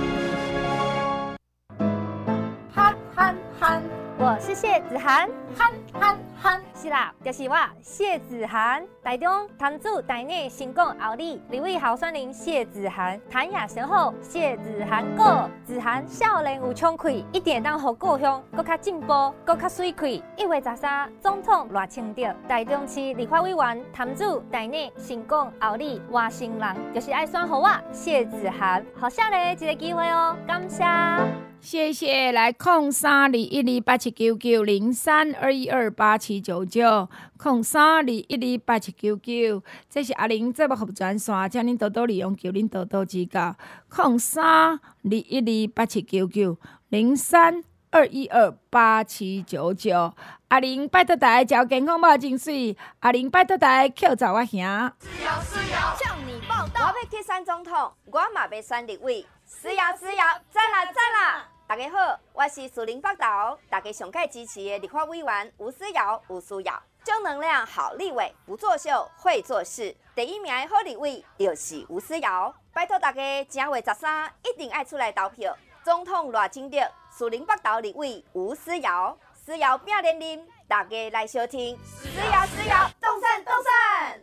E: 我是谢子涵，涵涵涵，是啦，就是我谢子涵。台中潭子台内成功后里，立委候选人谢子涵，谈也上好，谢子涵过。子涵少年有冲气，一定当互故乡搁较进步，搁较水气。一月十三，总统赖清德，台中市立法委员潭子台内成功后里外省人，就是爱选互我谢子涵，互少年一个机会哦，感谢。
A: 谢谢，来空三二一二八七九九零三二一二八七九九空三二一二八七九九，这是阿玲节目服专线，请恁多多利用，求恁多多指教。空三二一二八七九九零三二一二八七九九，阿玲拜托大家照健康无真水，阿玲拜托大家扣查我兄。
I: 是要是要向你报道，我要去选总统，我嘛要选立委。是要是要，赞啦赞啦！大家好，我是树林北投，大家上届支持的立法委员吴思瑶，吴思瑶，正能量好立委，不作秀会做事，第一名的好立委就是吴思瑶。拜托大家正月十三一定爱出来投票，总统赖清德，树林北投立委吴思瑶，思瑶拼连任，大家来收听。思瑶思瑶，动身动身！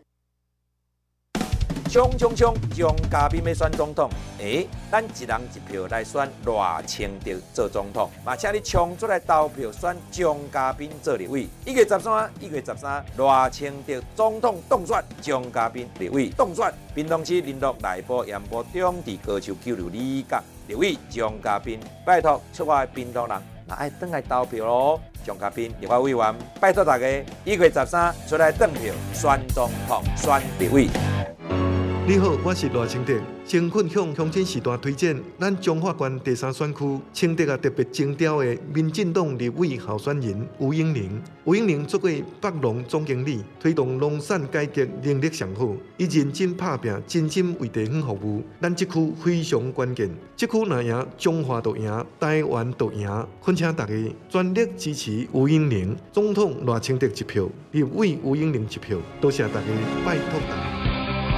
F: 冲冲冲！蒋嘉宾要选总统，诶，咱一人一票来选赖清德做总统，嘛，请你冲出来投票选蒋嘉宾做立委。一月十三，一月十三，赖清德总统当选，蒋嘉宾立委当选。屏东市林鹿内埔盐埔中治高球九六里角立委蒋嘉宾，拜托出我的屏东人，那爱转来投票咯。蒋嘉宾立法委员，拜托大家一月十三出来投票选总统、选立委。
H: 你好，我是赖清德。先分享乡亲时代推荐，咱彰化县第三选区清德啊特别精雕的民进党立委候选人吴英玲。吴英玲做过北农总经理，推动农产改革能力上好，伊认真打拼，真心为地方服务。咱这区非常关键，这区若赢，彰化就赢，台湾就赢。恳请大家全力支持吴英玲，总统赖清德一票，立委吴英玲一票。多谢大家，拜托大家。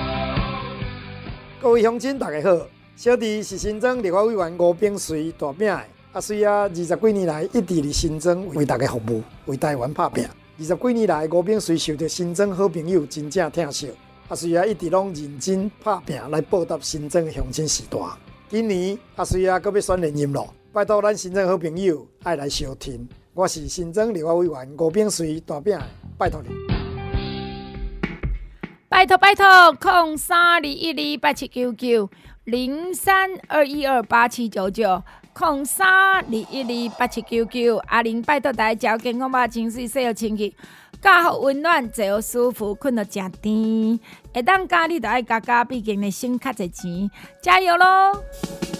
C: 各位乡亲，大家好，小弟是新庄立法委员吴秉随大名的，啊，虽啊二十几年来一直伫新庄为大家服务，为台湾打拼。二十几年来，吴秉随受到新庄好朋友真正疼惜，啊，虽啊一直拢认真打拼来报答新庄的乡亲时代。今年啊，虽啊搁要选连任咯，拜托咱新庄好朋友爱来相挺。我是新庄立法委员吴秉随大名的，拜托你。
A: 拜托拜托，空三二一二八七九九零三二一二八七九九，空三二一二八七九九。阿玲拜托大家照健康吧，情绪洗好清气，加好温暖，坐好舒服，困到正甜。会当加你就爱加加，毕竟你省较侪钱，加油咯！